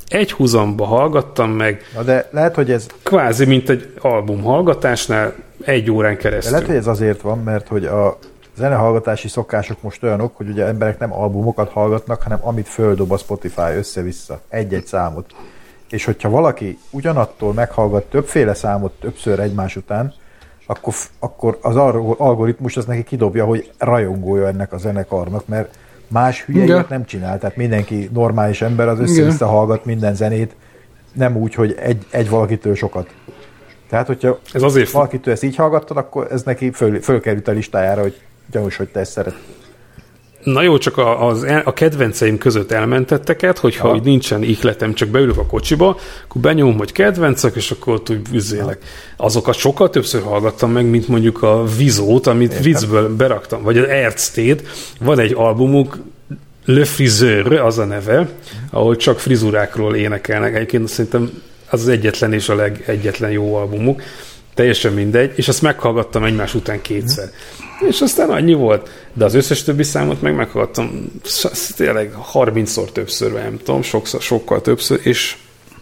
egy húzamba hallgattam meg. Na de lehet, hogy ez... Kvázi, mint egy album hallgatásnál egy órán keresztül. De lehet, hogy ez azért van, mert hogy a zenehallgatási szokások most olyanok, hogy ugye emberek nem albumokat hallgatnak, hanem amit földob a Spotify össze-vissza, egy-egy számot. És hogyha valaki ugyanattól meghallgat többféle számot többször egymás után, akkor, akkor az algoritmus az neki kidobja, hogy rajongója ennek a zenekarnak, mert más hülyeiket nem csinál. Tehát mindenki normális ember az össze-vissza hallgat minden zenét, nem úgy, hogy egy, egy valakitől sokat. Tehát, hogyha ez azért valakitől ezt így hallgattad, akkor ez neki föl, fölkerült a listájára, hogy gyanús, hogy te ezt szeret. Na jó, csak a, az, a kedvenceim között elmentetteket, hogyha ja. nincsen ihletem, csak beülök a kocsiba, akkor benyomom, hogy kedvencek, és akkor ott úgy vizélek. Ja. Azokat sokkal többször hallgattam meg, mint mondjuk a Vizót, amit Értem. viccből beraktam, vagy az Erztét. Van egy albumuk, Le Friseur, az a neve, ahol csak frizurákról énekelnek. Egyébként szerintem az az egyetlen és a legegyetlen jó albumuk. Teljesen mindegy, és azt meghallgattam egymás után kétszer. Mm. És aztán annyi volt. De az összes többi számot meg meghallgattam tényleg harmincszor többször, nem tudom, sokszor, sokkal többször, és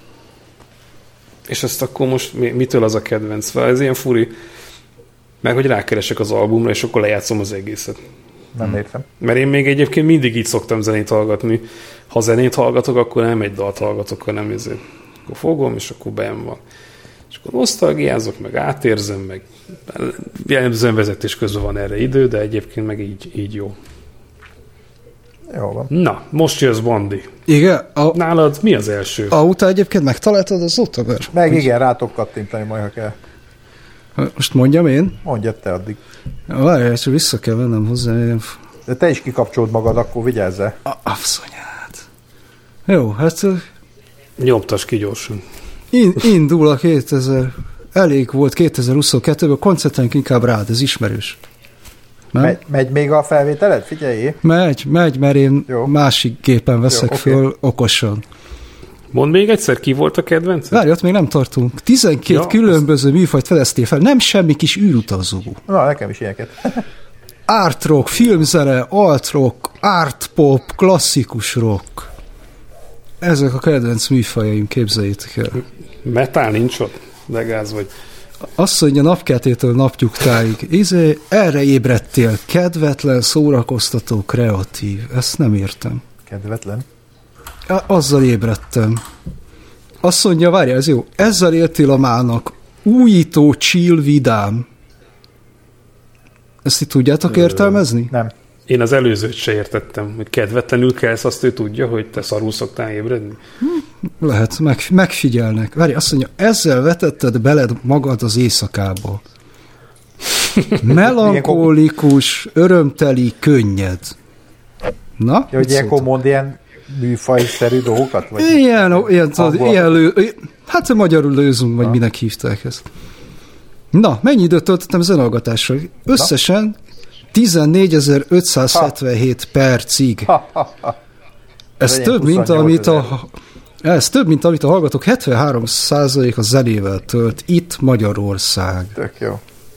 és ezt akkor most mitől az a kedvenc? Ez ilyen furi. Meg hogy rákeresek az albumra, és akkor lejátszom az egészet. Nem értem. Mert én még egyébként mindig így szoktam zenét hallgatni. Ha zenét hallgatok, akkor nem egy dalt hallgatok, hanem ezért. Akkor fogom, és akkor benn van. És akkor nosztalgiázok, meg átérzem, meg jellemzően vezetés közben van erre idő, de egyébként meg így, így jó. Jó van. Na, most jössz, Bandi. Igen. A... Nálad mi az első? Auta egyébként megtaláltad az Otaver? Meg hogy... igen, rátok kattintani majd, ha kell. Most mondjam én? Mondjad te addig. Várjál, csak vissza kell vennem hozzá. De te is kikapcsold magad, akkor vigyázzál. A abszonyát. Jó, hát... Nyomtas ki gyorsan. In, indul a kétezer... Elég volt kétezer-huszonkettőben, koncentráljunk inkább rád, ez ismerős. Megy, megy még a felvételed? Figyeljé. Megy, megy, mert én Jó. másik gépen veszek Jó, föl okay. okosan. Mondd még egyszer, ki volt a kedvenc? Várj, ott még nem tartunk. tizenkét ja, különböző az... műfajt fedeztél fel, nem semmi kis űrutazó. Na, nekem is ilyeneket. Art rock, filmzene, alt rock, art pop, klasszikus rock. Ezek a kedvenc műfajaim, képzeljétek el. Metal nincs ott? De gáz vagy. Azt mondja, napkeltétől napnyugtáig. Izé, erre ébredtél. Kedvetlen, szórakoztató, kreatív. Ezt nem értem. Kedvetlen? A- azzal ébredtem. Azt mondja, várja, ez jó. Ezzel éltél a mának. Újító, chill, vidám. Ezt itt tudjátok értelmezni? Nem. Én az előzőt se értettem, hogy kedvetlenül kelsz, azt ő tudja, hogy te szarul szoktál ébredni? Hm, lehet, meg, megfigyelnek. Várj, azt mondja, ezzel vetetted beled magad az éjszakába. Melankolikus, örömteli, könnyed. Na? Ja, hogy ilyenkor mond ilyen műfajszerű dolgokat? Vagy ilyen, ilyen, tudod, ilyen lő, hát magyarul lőzünk, vagy minek hívták ezt. Na, mennyi időt töltöttem zenehallgatásra? Összesen Na? tizennégyezer-ötszázhetvenhét percig. Ha, ha, ha. Ez, ez több, mint amit a, ez több, mint amit a hallgatók hetvenhárom százalék a zenével tölt itt Magyarország. Tök jó.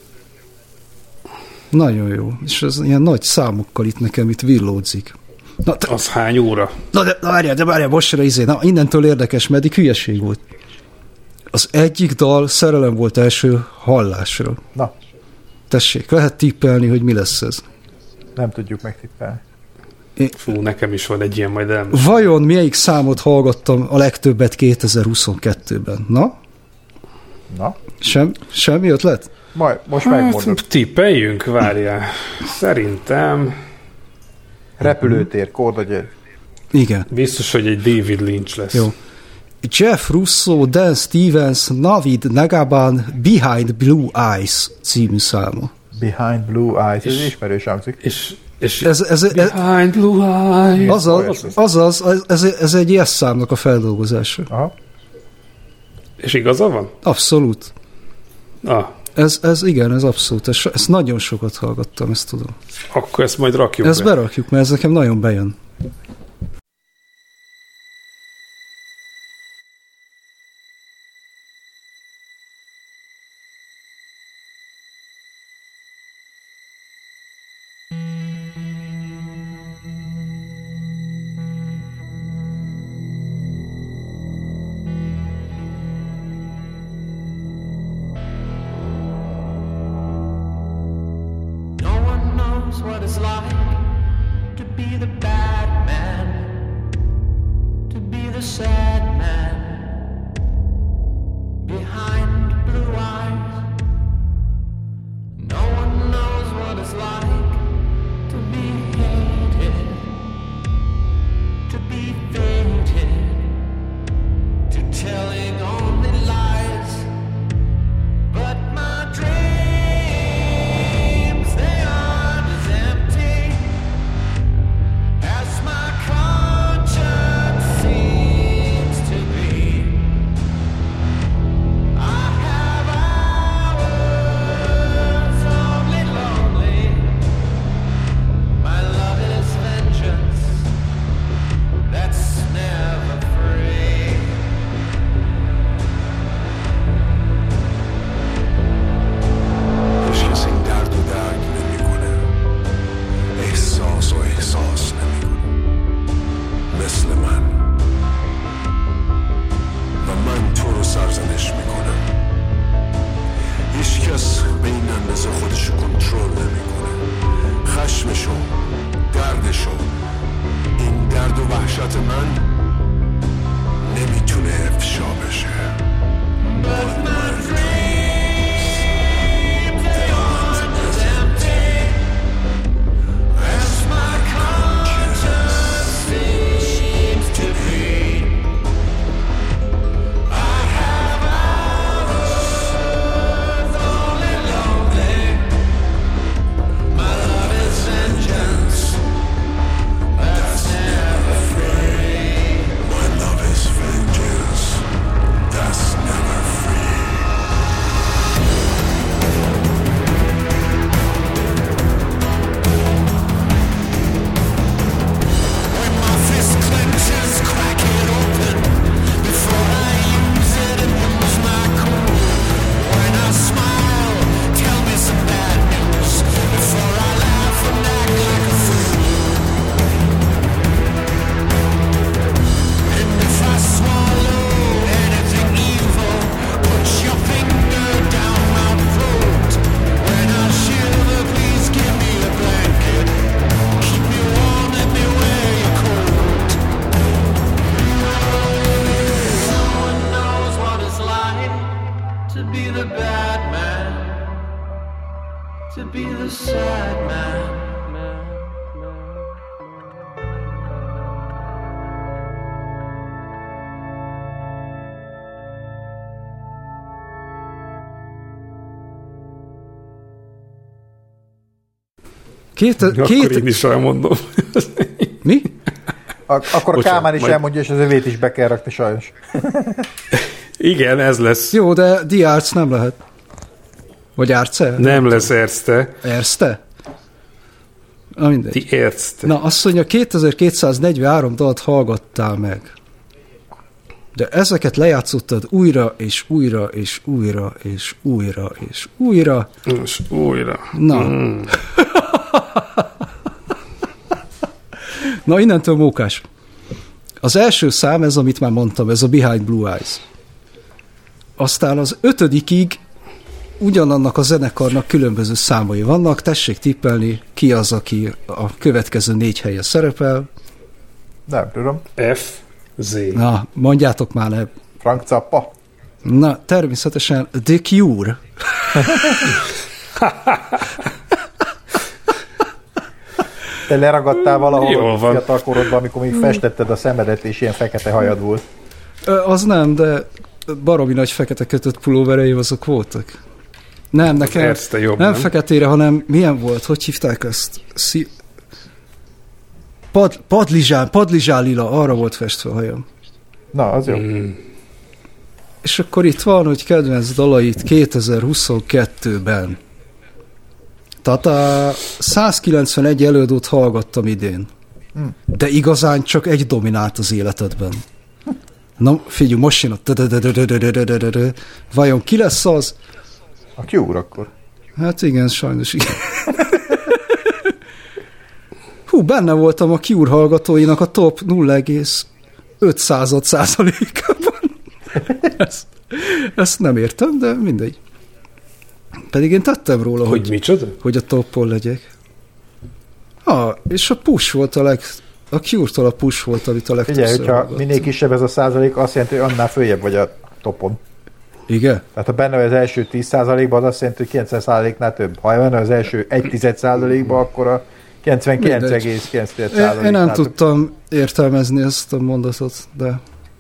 Nagyon jó. És ez ilyen nagy számokkal itt nekem itt villódzik. Na, te, az hány óra? Na de várjál, de várjál, bossra izé. Na, innentől érdekes, mert eddig hülyeség volt. Az egyik dal Szerelem volt első hallásra. Na. Tessék, lehet tippelni, hogy mi lesz ez? Nem tudjuk megtippelni. Én... Fú, nekem is van egy ilyen, majd el. Vajon melyik számot hallgattam a legtöbbet kétezer-huszonkettőben? Na? Na? Sem, semmi ötlet? Majd, most hát, megmondod. Tippeljünk, várjál. Szerintem... Repülőtér, Kordagyér. Igen. Biztos, hogy egy David Lynch lesz. Jó. Jeff Russo, Dan Stevens, Navid Negaban, Behind Blue Eyes című száma. Behind Blue Eyes, ez ismerős hangzik. És, és ez, ez, ez, Behind Blue Eyes. Azaz, azaz, ez, ez egy yes számnak a feldolgozása. Aha. És igaza van? Abszolút. Ah. Ez, ez igen, ez abszolút. Ezt, ezt nagyon sokat hallgattam, ezt tudom. Akkor ezt majd rakjuk Ezt be. berakjuk, mert ez nekem nagyon bejön. be the bad man, to be the sad man behind blue eyes. No one knows what it's like to be hated, to be fated, to telling only lies. But my dreams, they aren't as empty as my conscience seems to be. I have hours only lonely. My love is vengeance that's never free. هیچ کسی این درد و درک نمیکنه، احساس و احساس نمیکنه مثل من و من تو رو سرزنش میکنم. هیچ کس به این اندازه خودشو کنترل نمیکنه. خشمشو، دردشو، این درد و وحشت من نمیتونه افشا بشه. But my dreams, they aren't as empty as my conscience seems to be. I have hours only lonely. My love is vengeance that's never free. My love is vengeance that's never free. When my fist clenches, crack it open before I use it and lose my cool. When I smile, tell me some bad news before I laugh and act like a fool. And if I swallow anything evil, put your finger down my throat. When I shiver, please give me a blanket. Keep me warm, let me wear your coat. No one knows what it's like to be the bad man, to be the sad man. Két, Akkor két, én is elmondom. mi? Ak- akkor Bocsánat, Kálmán is majd- elmondja, és az övét is be kell rakni sajnos. Igen, ez lesz. Jó, de Die Arts nem lehet. Vagy Arce? Nem lesz Erzte. Erste? Na mindegy. Ti Erzte. Na, azt mondja, kétezer-kétszáznegyvenhárom dalt hallgattál meg. De ezeket lejátszottad újra, és újra, és újra, és újra, és újra. És újra. Na. Mm. Na, innentől mókás. Az első szám, ez, amit már mondtam, ez a Behind Blue Eyes. Aztán az ötödikig ugyanannak a zenekarnak különböző számai vannak, tessék tippelni, ki az, aki a következő négy helyen szerepel. Nem tudom. F, Z. Na, mondjátok már le. Frank Zappa. Na, természetesen The Cure. Te leragadtál valahol Jól van. fiatal korodban, amikor még festetted a szemedet, és ilyen fekete hajad volt. Ö, az nem, de baromi nagy fekete kötött pulóvereim azok voltak. Nem, nekem Erzte jobb, nem nem? feketére, hanem milyen volt? Hogy hívták ezt? Szí... Pad, padlizsán, padlizsán lila, arra volt festve a hajam. Na, az jó. Mm. És akkor itt van, hogy kedvenc dalait kétezer-huszonkettőben. Tehát a százkilencvenegy előadót hallgattam idén. De igazán csak egy dominált az életedben. Na, figyelj, most jön a... Vajon ki lesz az? A Cure akkor. Hát igen, sajnos igen. Hú, benne voltam a Cure hallgatóinak a top nulla egész öt százalékában. Ezt, ezt nem értem, de mindegy. Pedig én tettem róla, Hogy hogy, micsoda? hogy a toppon legyek. Ah, és a push volt a leg... A Cure-tól a push volt, amit a legtöbbször Figyelj, hogyha hallgattam. minél kisebb ez a százalék, azt jelenti, hogy annál följebb vagy a topon. Igen? Tehát ha benne vagy az első tíz százalékban, az azt jelenti, hogy kilencven százaléknál több. Ha benne az első egy tized százalékban, akkor a kilencvenkilenc egész kilenc százaléknál Én nem több. tudtam értelmezni ezt a mondatot, de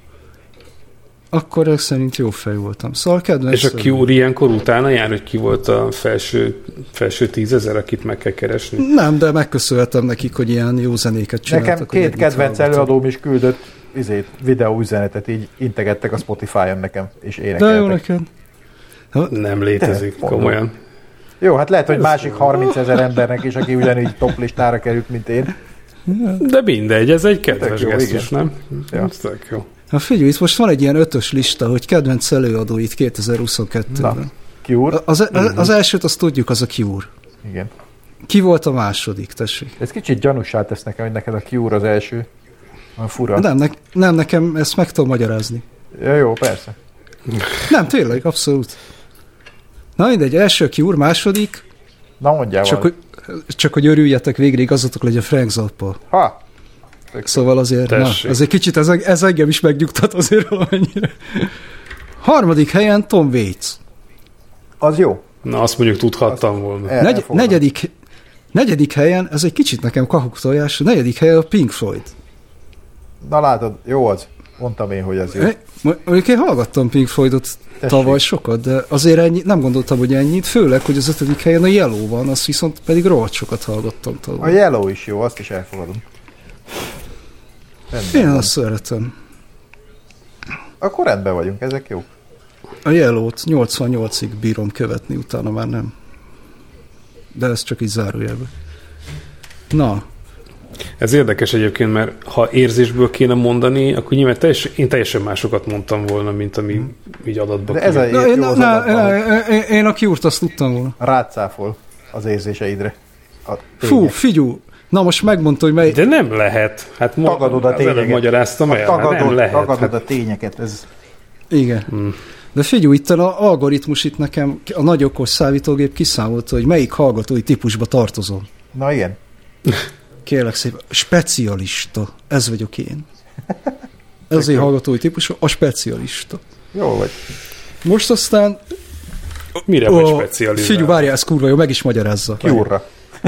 akkor ezek szerint jó fej voltam. Szóval kedvenc. És a Cure ilyenkor utána jár, hogy ki volt a felső, felső tízezer, akit meg kell keresni? Nem, de megköszönhetem nekik, hogy ilyen jó zenéket csináltak. Nekem hogy két együtt kedvenc hallgatom. előadóm is küldött izét, videó üzenetet, így integettek a Spotify-on nekem, és De jó énekeltek. neked. Nem létezik, Te, komolyan. Jó, hát lehet, hogy másik harmincezer embernek is, aki ugyanígy top listára került, mint én. De mindegy, ez egy kedves Tök jó, gesztus, nem? Ja. Ez tök jó. Na figyelj, itt most van egy ilyen ötös lista, hogy kedvenc előadóit kétezer-huszonkettőben. Na, Cure. Az, az, az elsőt azt tudjuk, az a Cure. Igen. Ki volt a második, tessék? Ez kicsit gyanúsá tesz nekem, hogy neked a Cure az első. Van fura. Nem, ne, nem, nekem ezt meg tudom magyarázni. Ja, jó, persze. Nem, tényleg, abszolút. Na mindegy, első a Cure, második, Na mondjál csak valamit. hogy, csak hogy örüljetek, végre igazatok legyen Frank Zappa. Ha! Szóval azért, na, Tessék. azért kicsit ez, ez engem is megnyugtat azért valamennyire. Harmadik helyen Tom Waits. Az jó. Na, azt mondjuk tudhattam volna. El- Negy, elfogadom. negyedik, negyedik helyen, ez egy kicsit nekem kahuktojás, negyedik helyen a Pink Floyd. Na látod, jó az. Mondtam én, hogy az jó. É, Mondjuk én hallgattam Pink Floydot tavaly sokat, de azért ennyi, nem gondoltam, hogy ennyit, főleg, hogy az ötödik helyen a Yellow van, azt viszont pedig rohadt sokat hallgattam A tavaly. Yellow is jó, azt is elfogadom. Rendben Én van. azt szeretem. Akkor rendben vagyunk, ezek jók. A Yellow-t nyolcvannyolcig bírom követni, utána már nem. De ez csak így zárójelben. Na, Ez érdekes egyébként, mert ha érzésből kéne mondani, akkor nyilván teljes, én teljesen másokat mondtam volna, mint ami így adatba De ez a kijön. na, én, jó az na, adatban, hogy na, én, én a Cure-t azt tudtam volna. rácáfol az érzéseidre. A Fú, tények. figyú, na most megmondta, hogy mely... De nem lehet. Hát ma, Tagadod a az előbb tényeket. magyaráztam el, hát Tagadod, nem lehet. tagadod Hát, a tényeket. Ez Igen. Hmm. De figyelj, itt a algoritmus itt nekem, a nagy okos számítógép kiszámolta, hogy melyik hallgatói típusba tartozom. na igen. Kérlek szépen, specialista. Ez vagyok én. Ez az én hallgatói típus, a specialista. Jó vagy. Most aztán... mire vagy specializál? Figyelj, várjál, ez kurva jó, meg is magyarázza. Cure-ra.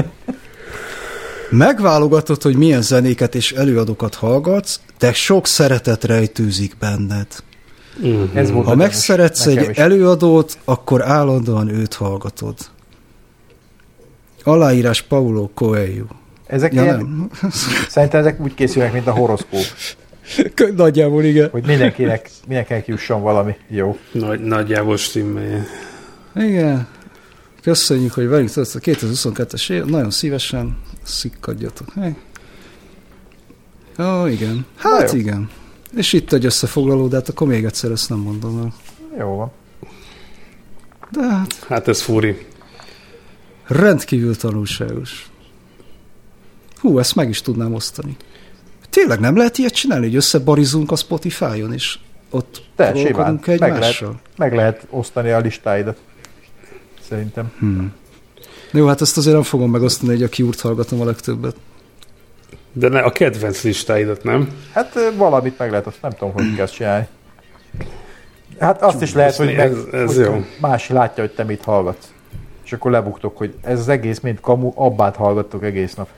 Megválogatod, hogy milyen zenéket és előadókat hallgatsz, de sok szeretet rejtőzik benned. Mhm. Ez volt Ha a megszeretsz gyanús. egy Nekem is. előadót, akkor állandóan őt hallgatod. Aláírás Paulo Coelho. Ezek Ja, ilyen, nem. szerintem ezek úgy készülnek, mint a horoszkóp. Nagyjából igen. Hogy mindenkinek, mindenkinek jusson valami jó. Nagy, nagyjából stimmel. Igen. Köszönjük, hogy velünk tudsz a kétezer-huszonkettes év. Nagyon szívesen szikkadjatok meg. Ó, igen. Hát jó. igen. És itt egy összefoglaló, de hát akkor még egyszer ezt nem mondom el. Jó van. De hát Hát ez furi. rendkívül tanulságos. Hú, ezt meg is tudnám osztani. Tényleg nem lehet ilyet csinálni, hogy összebarizunk a Spotify-on, és ott Te, simán. trollkodunk Meg lehet, egymással? meg lehet osztani a listáidat. Szerintem. Hmm. Jó, hát ezt azért nem fogom megosztani, hogy a Cure-t hallgatom a legtöbbet. De ne, a kedvenc listáidat, nem? Hát ö, valamit meg lehet, azt nem tudom, hogy kell ezt csinálni. Hát azt is lehet, hogy, meg, Ez- ez hogy jó. más látja, hogy te mit hallgatsz. És akkor lebuktok, hogy ez az egész, mint kamu, abbát hallgattok egész nap.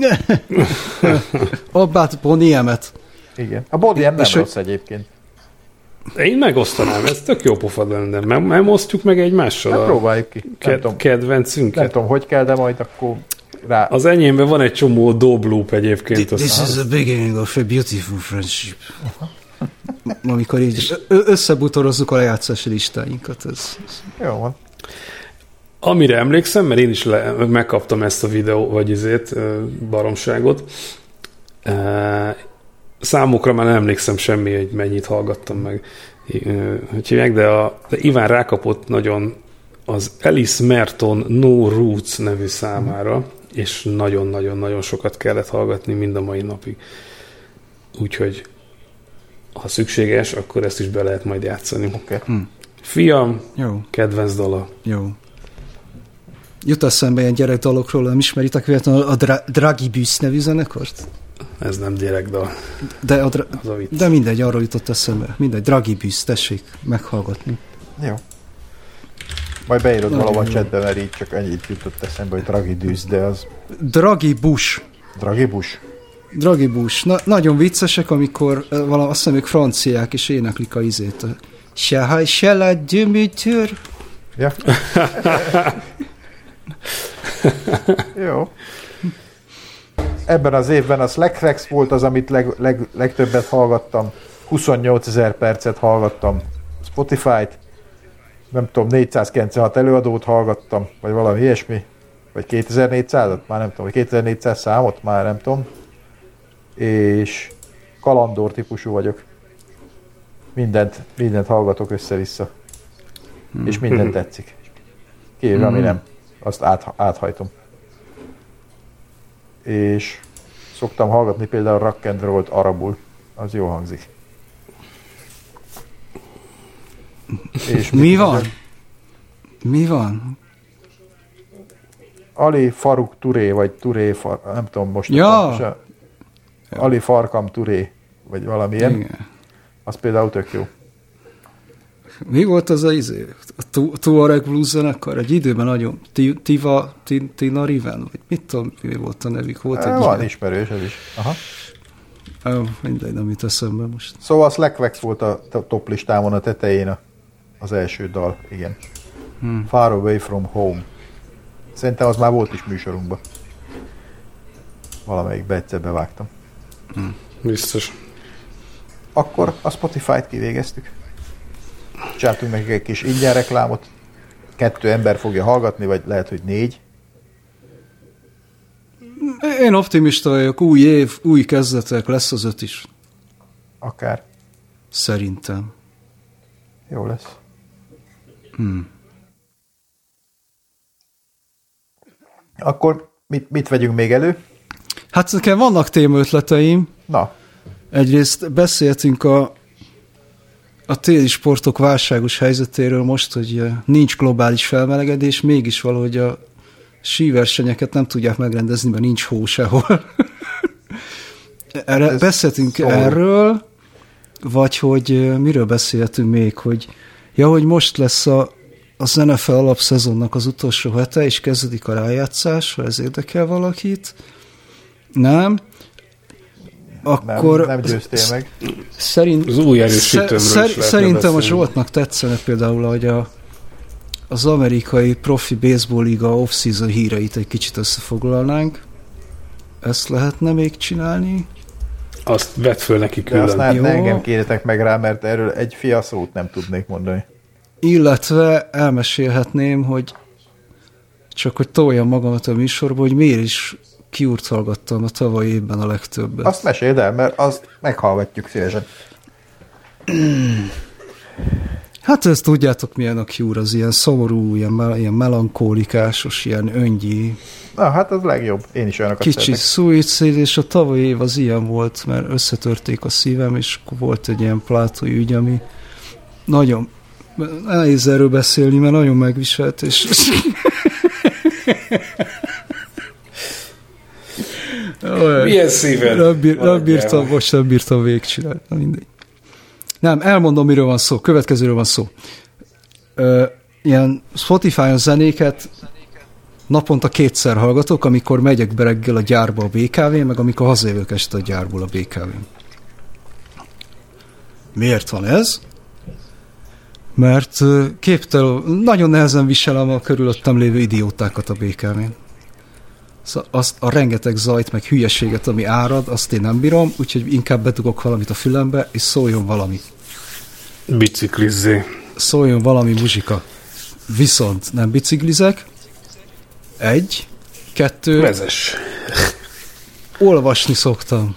Abbát Bonnie M-et. Igen. A Body nem És rossz egyébként. Én megosztanám, ez tök jó pofa lenne. Nem, nem osztjuk meg egymással Hát a próbáljuk ki. Nem, ked- tudom, kedvencünket. nem tudom, hogy kell, de majd akkor rá... Az enyémben van egy csomó dobloop egyébként. This Az, is the beginning of a beautiful friendship. Amikor így ö- összebutorozzuk a lejátszási listáinkat. Ez, ez. Jó van. amire emlékszem, mert én is le, megkaptam ezt a videó, vagy izét, ö, baromságot. E, számokra már nem emlékszem semmi, hogy mennyit hallgattam meg. Ö, Hogy hívják, de, a, de Iván rákapott nagyon az Alice Merton No Roots nevű számára, és nagyon-nagyon-nagyon sokat kellett hallgatni mind a mai napig. Úgyhogy ha szükséges, akkor ezt is be lehet majd játszani. Oké. Okay. Fiam, Jó, kedvenc dala. jó. Jut eszembe ilyen gyerekdalokról, nem ismeritek véletlenül a Dra- Dragibus nevű zenekart? Ez nem gyerekdal. De, a dra- Az a vicc. de mindegy, arról jutott eszembe. Mindegy, Dragibus, tessék meghallgatni. Jó. Majd beírod Nagyon valahol a jó. chatbe, mert így csak ennyit jutott eszembe, hogy Dragidus, de az Dragibus. Dragibus. Dragibus. Na, nagyon viccesek, amikor uh, valami, azt hiszem, ők franciák is éneklik a izét. Se se la demi-tour. Ja. Jó. Ebben az évben a Slackrex volt az, amit leg, leg, legtöbbet hallgattam. huszonnyolcezer percet hallgattam Spotify-t. Nem tudom, négyszázkilencvenhat előadót hallgattam, vagy valami ilyesmi. Vagy kétezer-négyszázat, már nem tudom, vagy kétezer-négyszáz számot, már nem tudom. És kalandor típusú vagyok. Mindent, mindent hallgatok össze-vissza. Hmm. És mindent tetszik. Kivéve, ami nem. Azt át, áthajtom. És szoktam hallgatni például rock and roll-t arabul. Az jó hangzik. És Mi van? Mi van? Ali Faruk Touré, vagy Touré, Far, nem tudom most. Ja. Pontosan. Ali Farkam Touré, vagy valamilyen. Igen. Az például tök jó. Mi volt az a izé? A Tu- Tuareg Blues zenekar? Egy időben nagyon... Ti- Tiva, Ti- Tina Riven? Vagy mit tudom, mi volt a nevük? Volt egy Van ilyen. ismerős ez is. Aha. Ó, mindegy, nem jut eszembe most. Szóval a Slackrex volt a top listámon a tetején a, az első dal, igen. Hmm. Far Away From Home. Szerintem az már volt is műsorunkban. Valamelyikbe egyszer bevágtam. Hmm. Biztos. Akkor a Spotify-t kivégeztük. Csináltunk nekik egy kis ingyen reklámot. Kettő ember fogja hallgatni, vagy lehet, hogy négy. Én optimista vagyok, új év, új kezdetek, lesz az öt is. Akár. Szerintem. Jó lesz. Hmm. Akkor mit, mit vegyünk még elő? Hát nekem vannak témaötleteim. Na. Egyrészt beszéltünk a, a téli sportok válságos helyzetéről most, hogy nincs globális felmelegedés, mégis valahogy a síversenyeket nem tudják megrendezni, mert nincs hó sehol. Erre, Ez beszéltünk szomorú. erről, vagy hogy miről beszéltünk még, hogy ja, hogy most lesz a, az en ef el alapszezonnak az utolsó hete, és kezdődik a rájátszás, ha ez érdekel valakit. Nem? Akkor Nem, nem győztél meg. Szerint, Az új erősítőmről is szer, lehetne Szerintem a beszélni. Zsoltnak tetszene például, hogy a, az amerikai profi baseball liga off-season híreit egy kicsit összefoglalnánk. Ezt lehetne még csinálni. Azt vedd föl neki De azt külön. ne, ne Jó. engem kérjetek meg rá, mert erről egy fia szót nem tudnék mondani. Illetve elmesélhetném, hogy csak hogy toljam magamat a műsorba, hogy miért is Cure-t hallgattam a tavalyi évben a legtöbbet. Azt meséld el, mert azt meghallgatjuk szívesen. Hát ezt tudjátok, milyen a Cure, az ilyen szomorú, ilyen, mel- ilyen melankólikásos, ilyen öngyi, Na, hát az legjobb. Én is olyanokat kicsi szeretek. suicide, és a tavalyi év az ilyen volt, mert összetörték a szívem, és akkor volt egy ilyen plátói ügy, ami nagyon nehéz erről beszélni, mert nagyon megviselt, és Milyen szíved? nem, bír, nem Maradjál bírtam, már. most nem bírtam végigcsinálni, na mindegy. Nem, elmondom, miről van szó, következőről van szó. Ö, ilyen Spotify-on zenéket naponta kétszer hallgatok, amikor megyek be reggel a gyárba a bé ká vén, meg amikor hazajövök este a gyárból a bé ká vén. Miért van ez? Mert ö, képtel, nagyon nehezen viselem a körülöttem lévő idiótákat a bé ká vén. Szóval azt a rengeteg zajt, meg hülyeséget, ami árad, azt én nem bírom, úgyhogy inkább bedugok valamit a fülembe, és szóljon valami. Biciklizzé. Szóljon valami muzsika. Viszont nem biciklizek. Egy. Kettő. Vezess. Olvasni szoktam.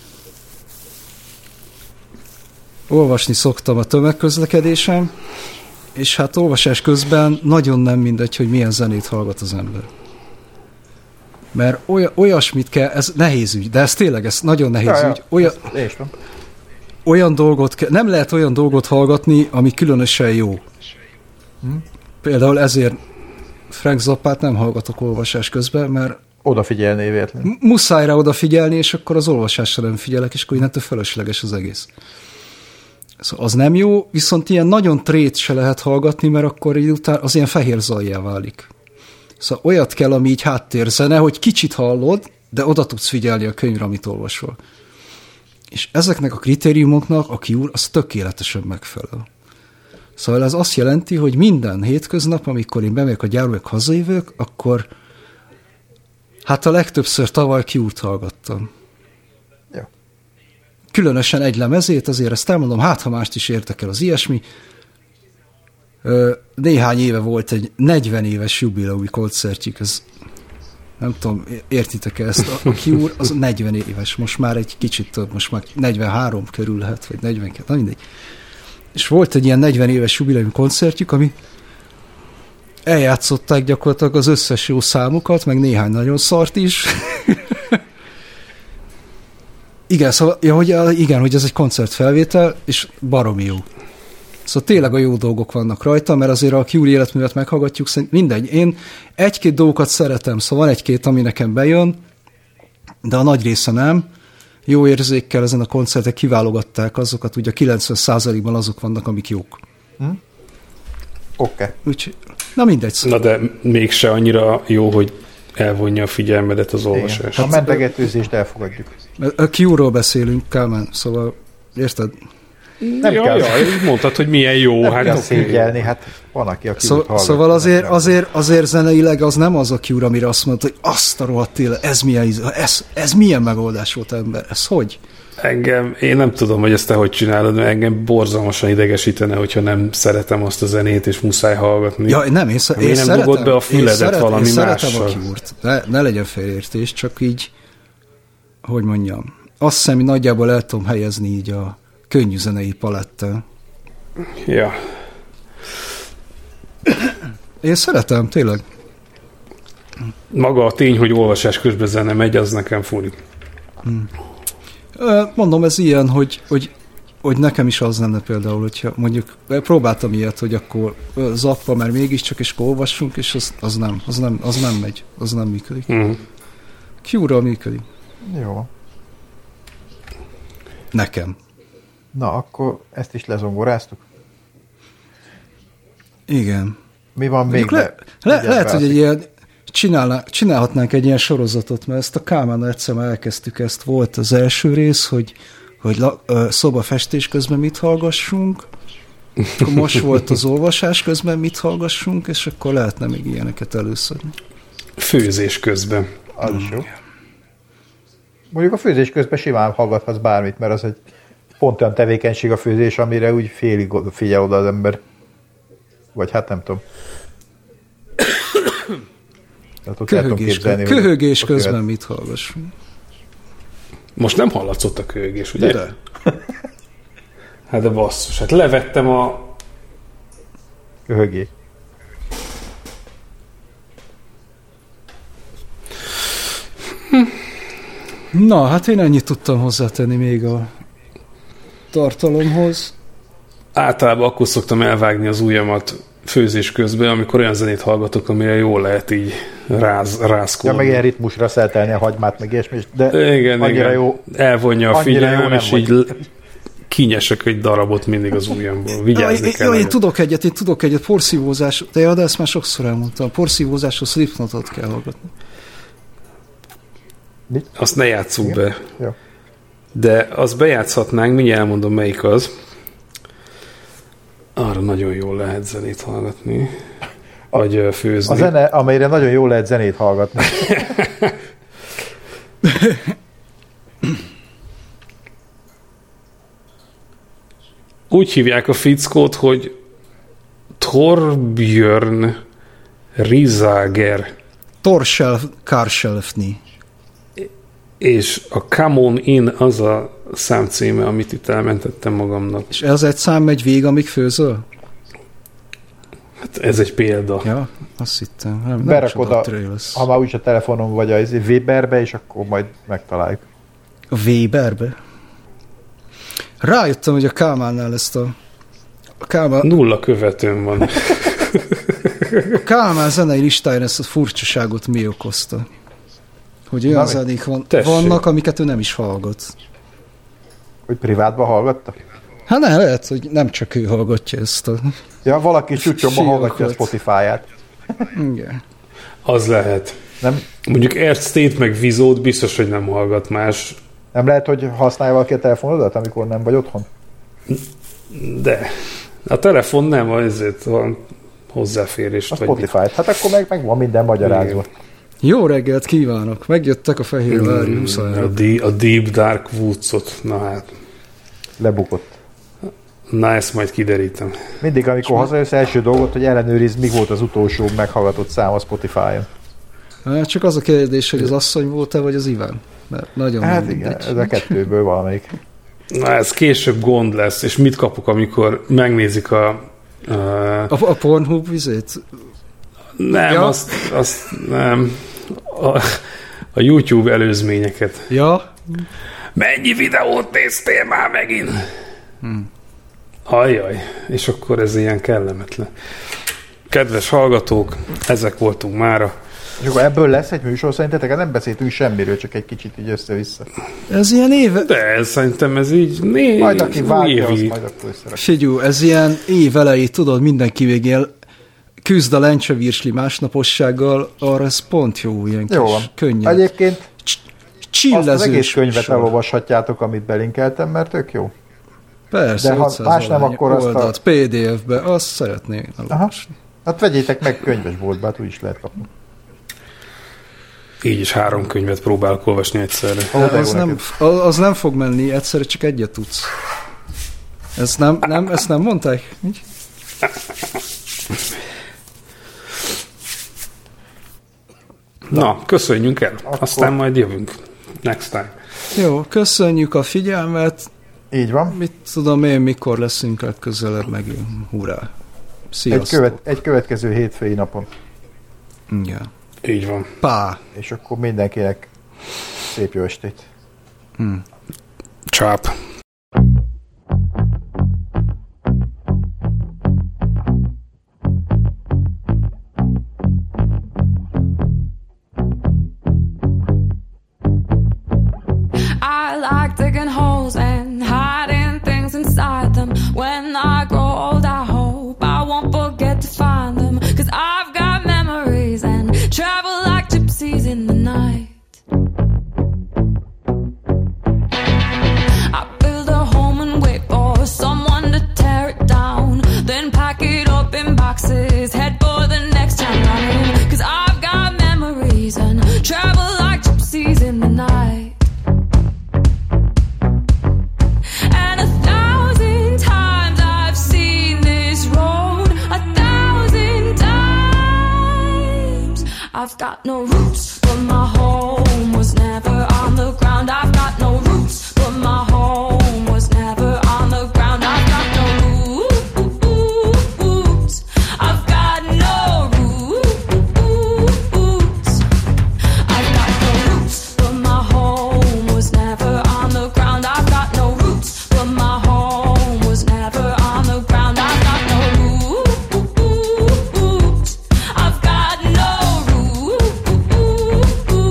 Olvasni szoktam a tömegközlekedésen, és hát olvasás közben nagyon nem mindegy, hogy milyen zenét hallgat az ember. Mert oly, olyasmit kell, ez nehéz ügy, de ez tényleg, ez nagyon nehéz Ja, ja. ügy. Olyan, És van. olyan dolgot kell, nem lehet olyan dolgot hallgatni, ami különösen jó. Hm? Például ezért Frank Zappát nem hallgatok olvasás közben, mert Odafigyelné véletlenül. m- muszáj rá odafigyelni, és akkor az olvasásra nem figyelek, és akkor innentől fölösleges az egész. Szóval az nem jó, viszont ilyen nagyon trét se lehet hallgatni, mert akkor így után az ilyen fehér zajjá válik. Szóval olyat kell, ami így háttérzene, hogy kicsit hallod, de oda tudsz figyelni a könyvre, amit olvasol. És ezeknek a kritériumoknak a Cure az tökéletesen megfelel. Szóval ez azt jelenti, hogy minden hétköznap, amikor én bemegyek a gyárba, meg hazajövök, akkor hát a legtöbbször tavaly Cure-t hallgattam. Jó. Különösen egy lemezét, azért ezt elmondom, hát ha mást is érdekel az ilyesmi. Ö, néhány éve volt egy negyven éves jubileumi koncertjük, ez nem tudom, értitek-e ezt? A Cure az negyven éves, most már egy kicsit több, most már negyvenhárom körül lehet, vagy negyvenkettő, na mindegy. És volt egy ilyen negyven éves jubileumi koncertjük, ami eljátszották gyakorlatilag az összes jó számukat, meg néhány nagyon szart is. Igen, szóval, ja, hogy, igen, hogy ez egy koncertfelvétel, és baromi jó. Szóval tényleg a jó dolgok vannak rajta, mert azért a Cure életművet meghallgatjuk, mindegy. Én egy-két dolgokat szeretem, szóval van egy-két, ami nekem bejön, de a nagy része nem. Jó érzékkel ezen a koncerten kiválogatták azokat, ugye a kilencven százalékban azok vannak, amik jók. Hm? Oké. Okay. Úgyhogy, na mindegy. Na de mégse annyira jó, hogy elvonja a figyelmedet az olvasás. A mentegetőzést elfogadjuk. A Cure-ról beszélünk, Kálmán, szóval érted? Nem ja, kell, ja, mondtad, hogy milyen jó. nem hát kell oké. szégyelni, hát van, aki a Cure-t Szó, hallgatja. Szóval azért, azért, azért zeneileg az nem az a Cure, amire azt mondta, hogy azt a rohadt élet, ez milyen, ez, ez milyen megoldás volt, ember, ez hogy? Engem, én nem tudom, hogy ezt te hogy csinálod, mert engem borzalmasan idegesítene, hogyha nem szeretem azt a zenét, és muszáj hallgatni. Ja, nem, én, én, én nem szeretem, dugod be a én füledet szeret, valami én szeretem mással. a Cure-t. Ne, ne legyen félértés, csak így, hogy mondjam, azt hiszem, hogy nagyjából el tudom helyezni így a könnyű zenei palettel. Ja. Én szeretem, tényleg. Maga a tény, hogy olvasás közben zene megy, az nekem furi. Hmm. Mondom, ez ilyen, hogy, hogy, hogy nekem is az lenne például, hogyha mondjuk próbáltam ilyet, hogy akkor Zappa, mert mégiscsak, és olvassunk, és az, az, nem, az, nem, az nem megy, az nem működik. Mm. Cure-ral működik. Jó. Nekem. Na, akkor ezt is lezongoráztuk. Igen. Mi van még? Le, le, lehet, hogy egy ilyen, csinálhatnánk egy ilyen sorozatot, mert ezt a Kálmánnal egyszer már elkezdtük, ezt volt az első rész, hogy, hogy la, ö, szobafestés közben mit hallgassunk, akkor most volt az olvasás közben mit hallgassunk, és akkor lehetne még ilyeneket előszedni. Főzés közben. Az is jó. Mondjuk a főzés közben simán hallgathatsz bármit, mert az egy pont olyan tevékenység a főzés, amire úgy félig figyel oda az ember. Vagy hát nem tudom. Köhögés, képzelni, köhögés közben követ. Mit hallgassunk? Most nem hallatszott a köhögés, ugye? De. Hát de basszus, hát levettem a... Köhögé. Na, hát én ennyit tudtam hozzátenni még a tartalomhoz. Általában akkor szoktam elvágni az ujjamat főzés közben, amikor olyan zenét hallgatok, amire jól lehet így ráz, rázkódni. Ja, meg ilyen ritmusra szeltelni a hagymát, meg ilyesmi, de igen, annyira igen. jó. Elvonja a figyelmem, és vagy. így kinyesek egy darabot mindig az ujjamból. Vigyázni ja, kell. Jó, én tudok egyet, én tudok egyet, porszívózás, de, ja, de ezt már sokszor elmondtam, porszívózáshoz Slipknotot kell hallgatni. Mit? Azt ne játsszuk igen? be. Jó. De azt bejátszhatnánk, mindjárt elmondom, melyik az. Arra nagyon jól lehet zenét hallgatni. Vagy főzni. A zene, amelyre nagyon jól lehet zenét hallgatni. Úgy hívják a fickót, hogy Torbjörn Rizager. Torself Karselfni. És a Come On In az a számcíme, amit itt elmentettem magamnak. És ez egy szám megy végig, amíg főzöl? Hát ez egy példa. Ja, azt hittem. Nem, Berakod a, ha már úgyis a telefonon vagy a Weberbe, és akkor majd megtaláljuk. A Weberbe? Rájöttem, hogy a Kálmánnál ezt a... a Kálmán... Nulla követőm van. A Kálmán zenei listáján ezt a furcsaságot mi okozta? Hogy olyan Na, zenék van, tessék. vannak, amiket ő nem is hallgat. Hogy privátban hallgatta? Hát ne, lehet, hogy nem csak ő hallgatja ezt a... Ja, valaki csúcsomban Siókot. hallgatja a Spotify-ját. Igen. Az lehet. Nem, Mondjuk Air State meg Vizót biztos, hogy nem hallgat más, nem lehet, hogy használja valaki a telefonodat, amikor nem vagy otthon? de a telefon nem, azért van hozzáférést. A vagy Spotify-t. Hát akkor meg, meg van minden magyarázva. Igen. Jó reggelt kívánok! Megjöttek a Fehérvári Mm, a, huszárok. di- a Deep Dark Woods-ot, na hát, Lebukott. na ezt majd kiderítem. Mindig, amikor hazajössz, első dolgot, hogy ellenőrizd, mi volt az utolsó meghallgatott szám a Spotify-on. Hát csak az a kérdés, hogy az asszony volt-e, vagy az Iván? Mert nagyon Hát mindegy. igen, ez a kettőből valamelyik. Na ez később gond lesz, és mit kapok, amikor megnézik a... a A, a Pornhub vizét? nem, Ja. azt, azt nem. A, a YouTube előzményeket. Ja, Mennyi videót néztél már megint? Hmm. Ajjaj, és akkor ez ilyen kellemetlen. Kedves hallgatók, ezek voltunk mára. És akkor ebből lesz egy műsor, szerintetek? Nem beszéltünk semmiről, csak egy kicsit így össze-vissza. ez ilyen éve... De ez, szerintem ez így né, Majd aki vágja, azt újévi. majd akkor összerak. Figyú, ez ilyen év elejé, tudod, mindenki végén küzd a lencsevirsli másnapossággal, arra ez pont jó, ilyen Jó kis, van. könnyed, Egyébként csillezős azt az egész könyvet műsor. elolvashatjátok, amit belinkeltem, mert tök jó. Persze, De ha ötszáz más nem, valány akkor azt a- oldalt, pé dé ef-be, azt szeretnék Aha. elolvasni. Hát vegyétek meg könyvesboltba, hát úgy is lehet kapni. Így is három könyvet próbálok olvasni egyszerre. Ó, de Az jó nem, neked. az az nem fog menni, egyszerre csak egyet tudsz. Ezt nem, nem, ezt nem mondták? Így? Na, köszönjünk el. Aztán majd jövünk. Next time. Jó, köszönjük a figyelmet. Így van. Mit tudom én, mikor leszünk legközelebb megint. Hurrá. Egy, Sziasztok. követ, egy következő hétfői napon. Ja. Így van. Pá. És akkor mindenkinek szép jó estét. Csáp. I like digging holes and hiding things inside them. When I grow old, I hope I won't forget to find them. Cause I've got memories and travel like gypsies in the night. I build a home and wait for someone to tear it down. Then pack it up in boxes, head for the next town running. Cause I've got memories and travel like gypsies in the night. And a thousand times I've seen this road, a thousand times. I've got no roots, but my home was never on the ground. I've got no roots, but my home was never on the ground. I've got no roots. I've got no roots. I've got no roots, but my home was never on the ground. I've got no roots, but my home was never on the ground. I've got no roots. I've got no roots.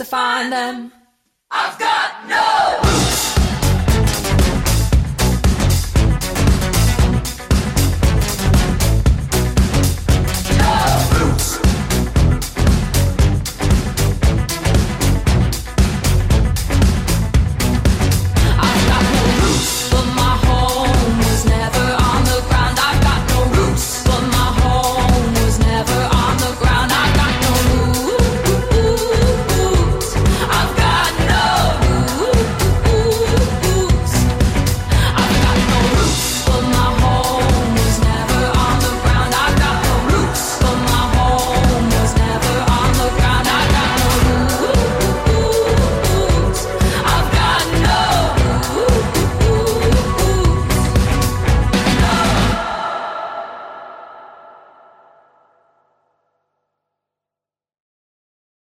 find them. I've got no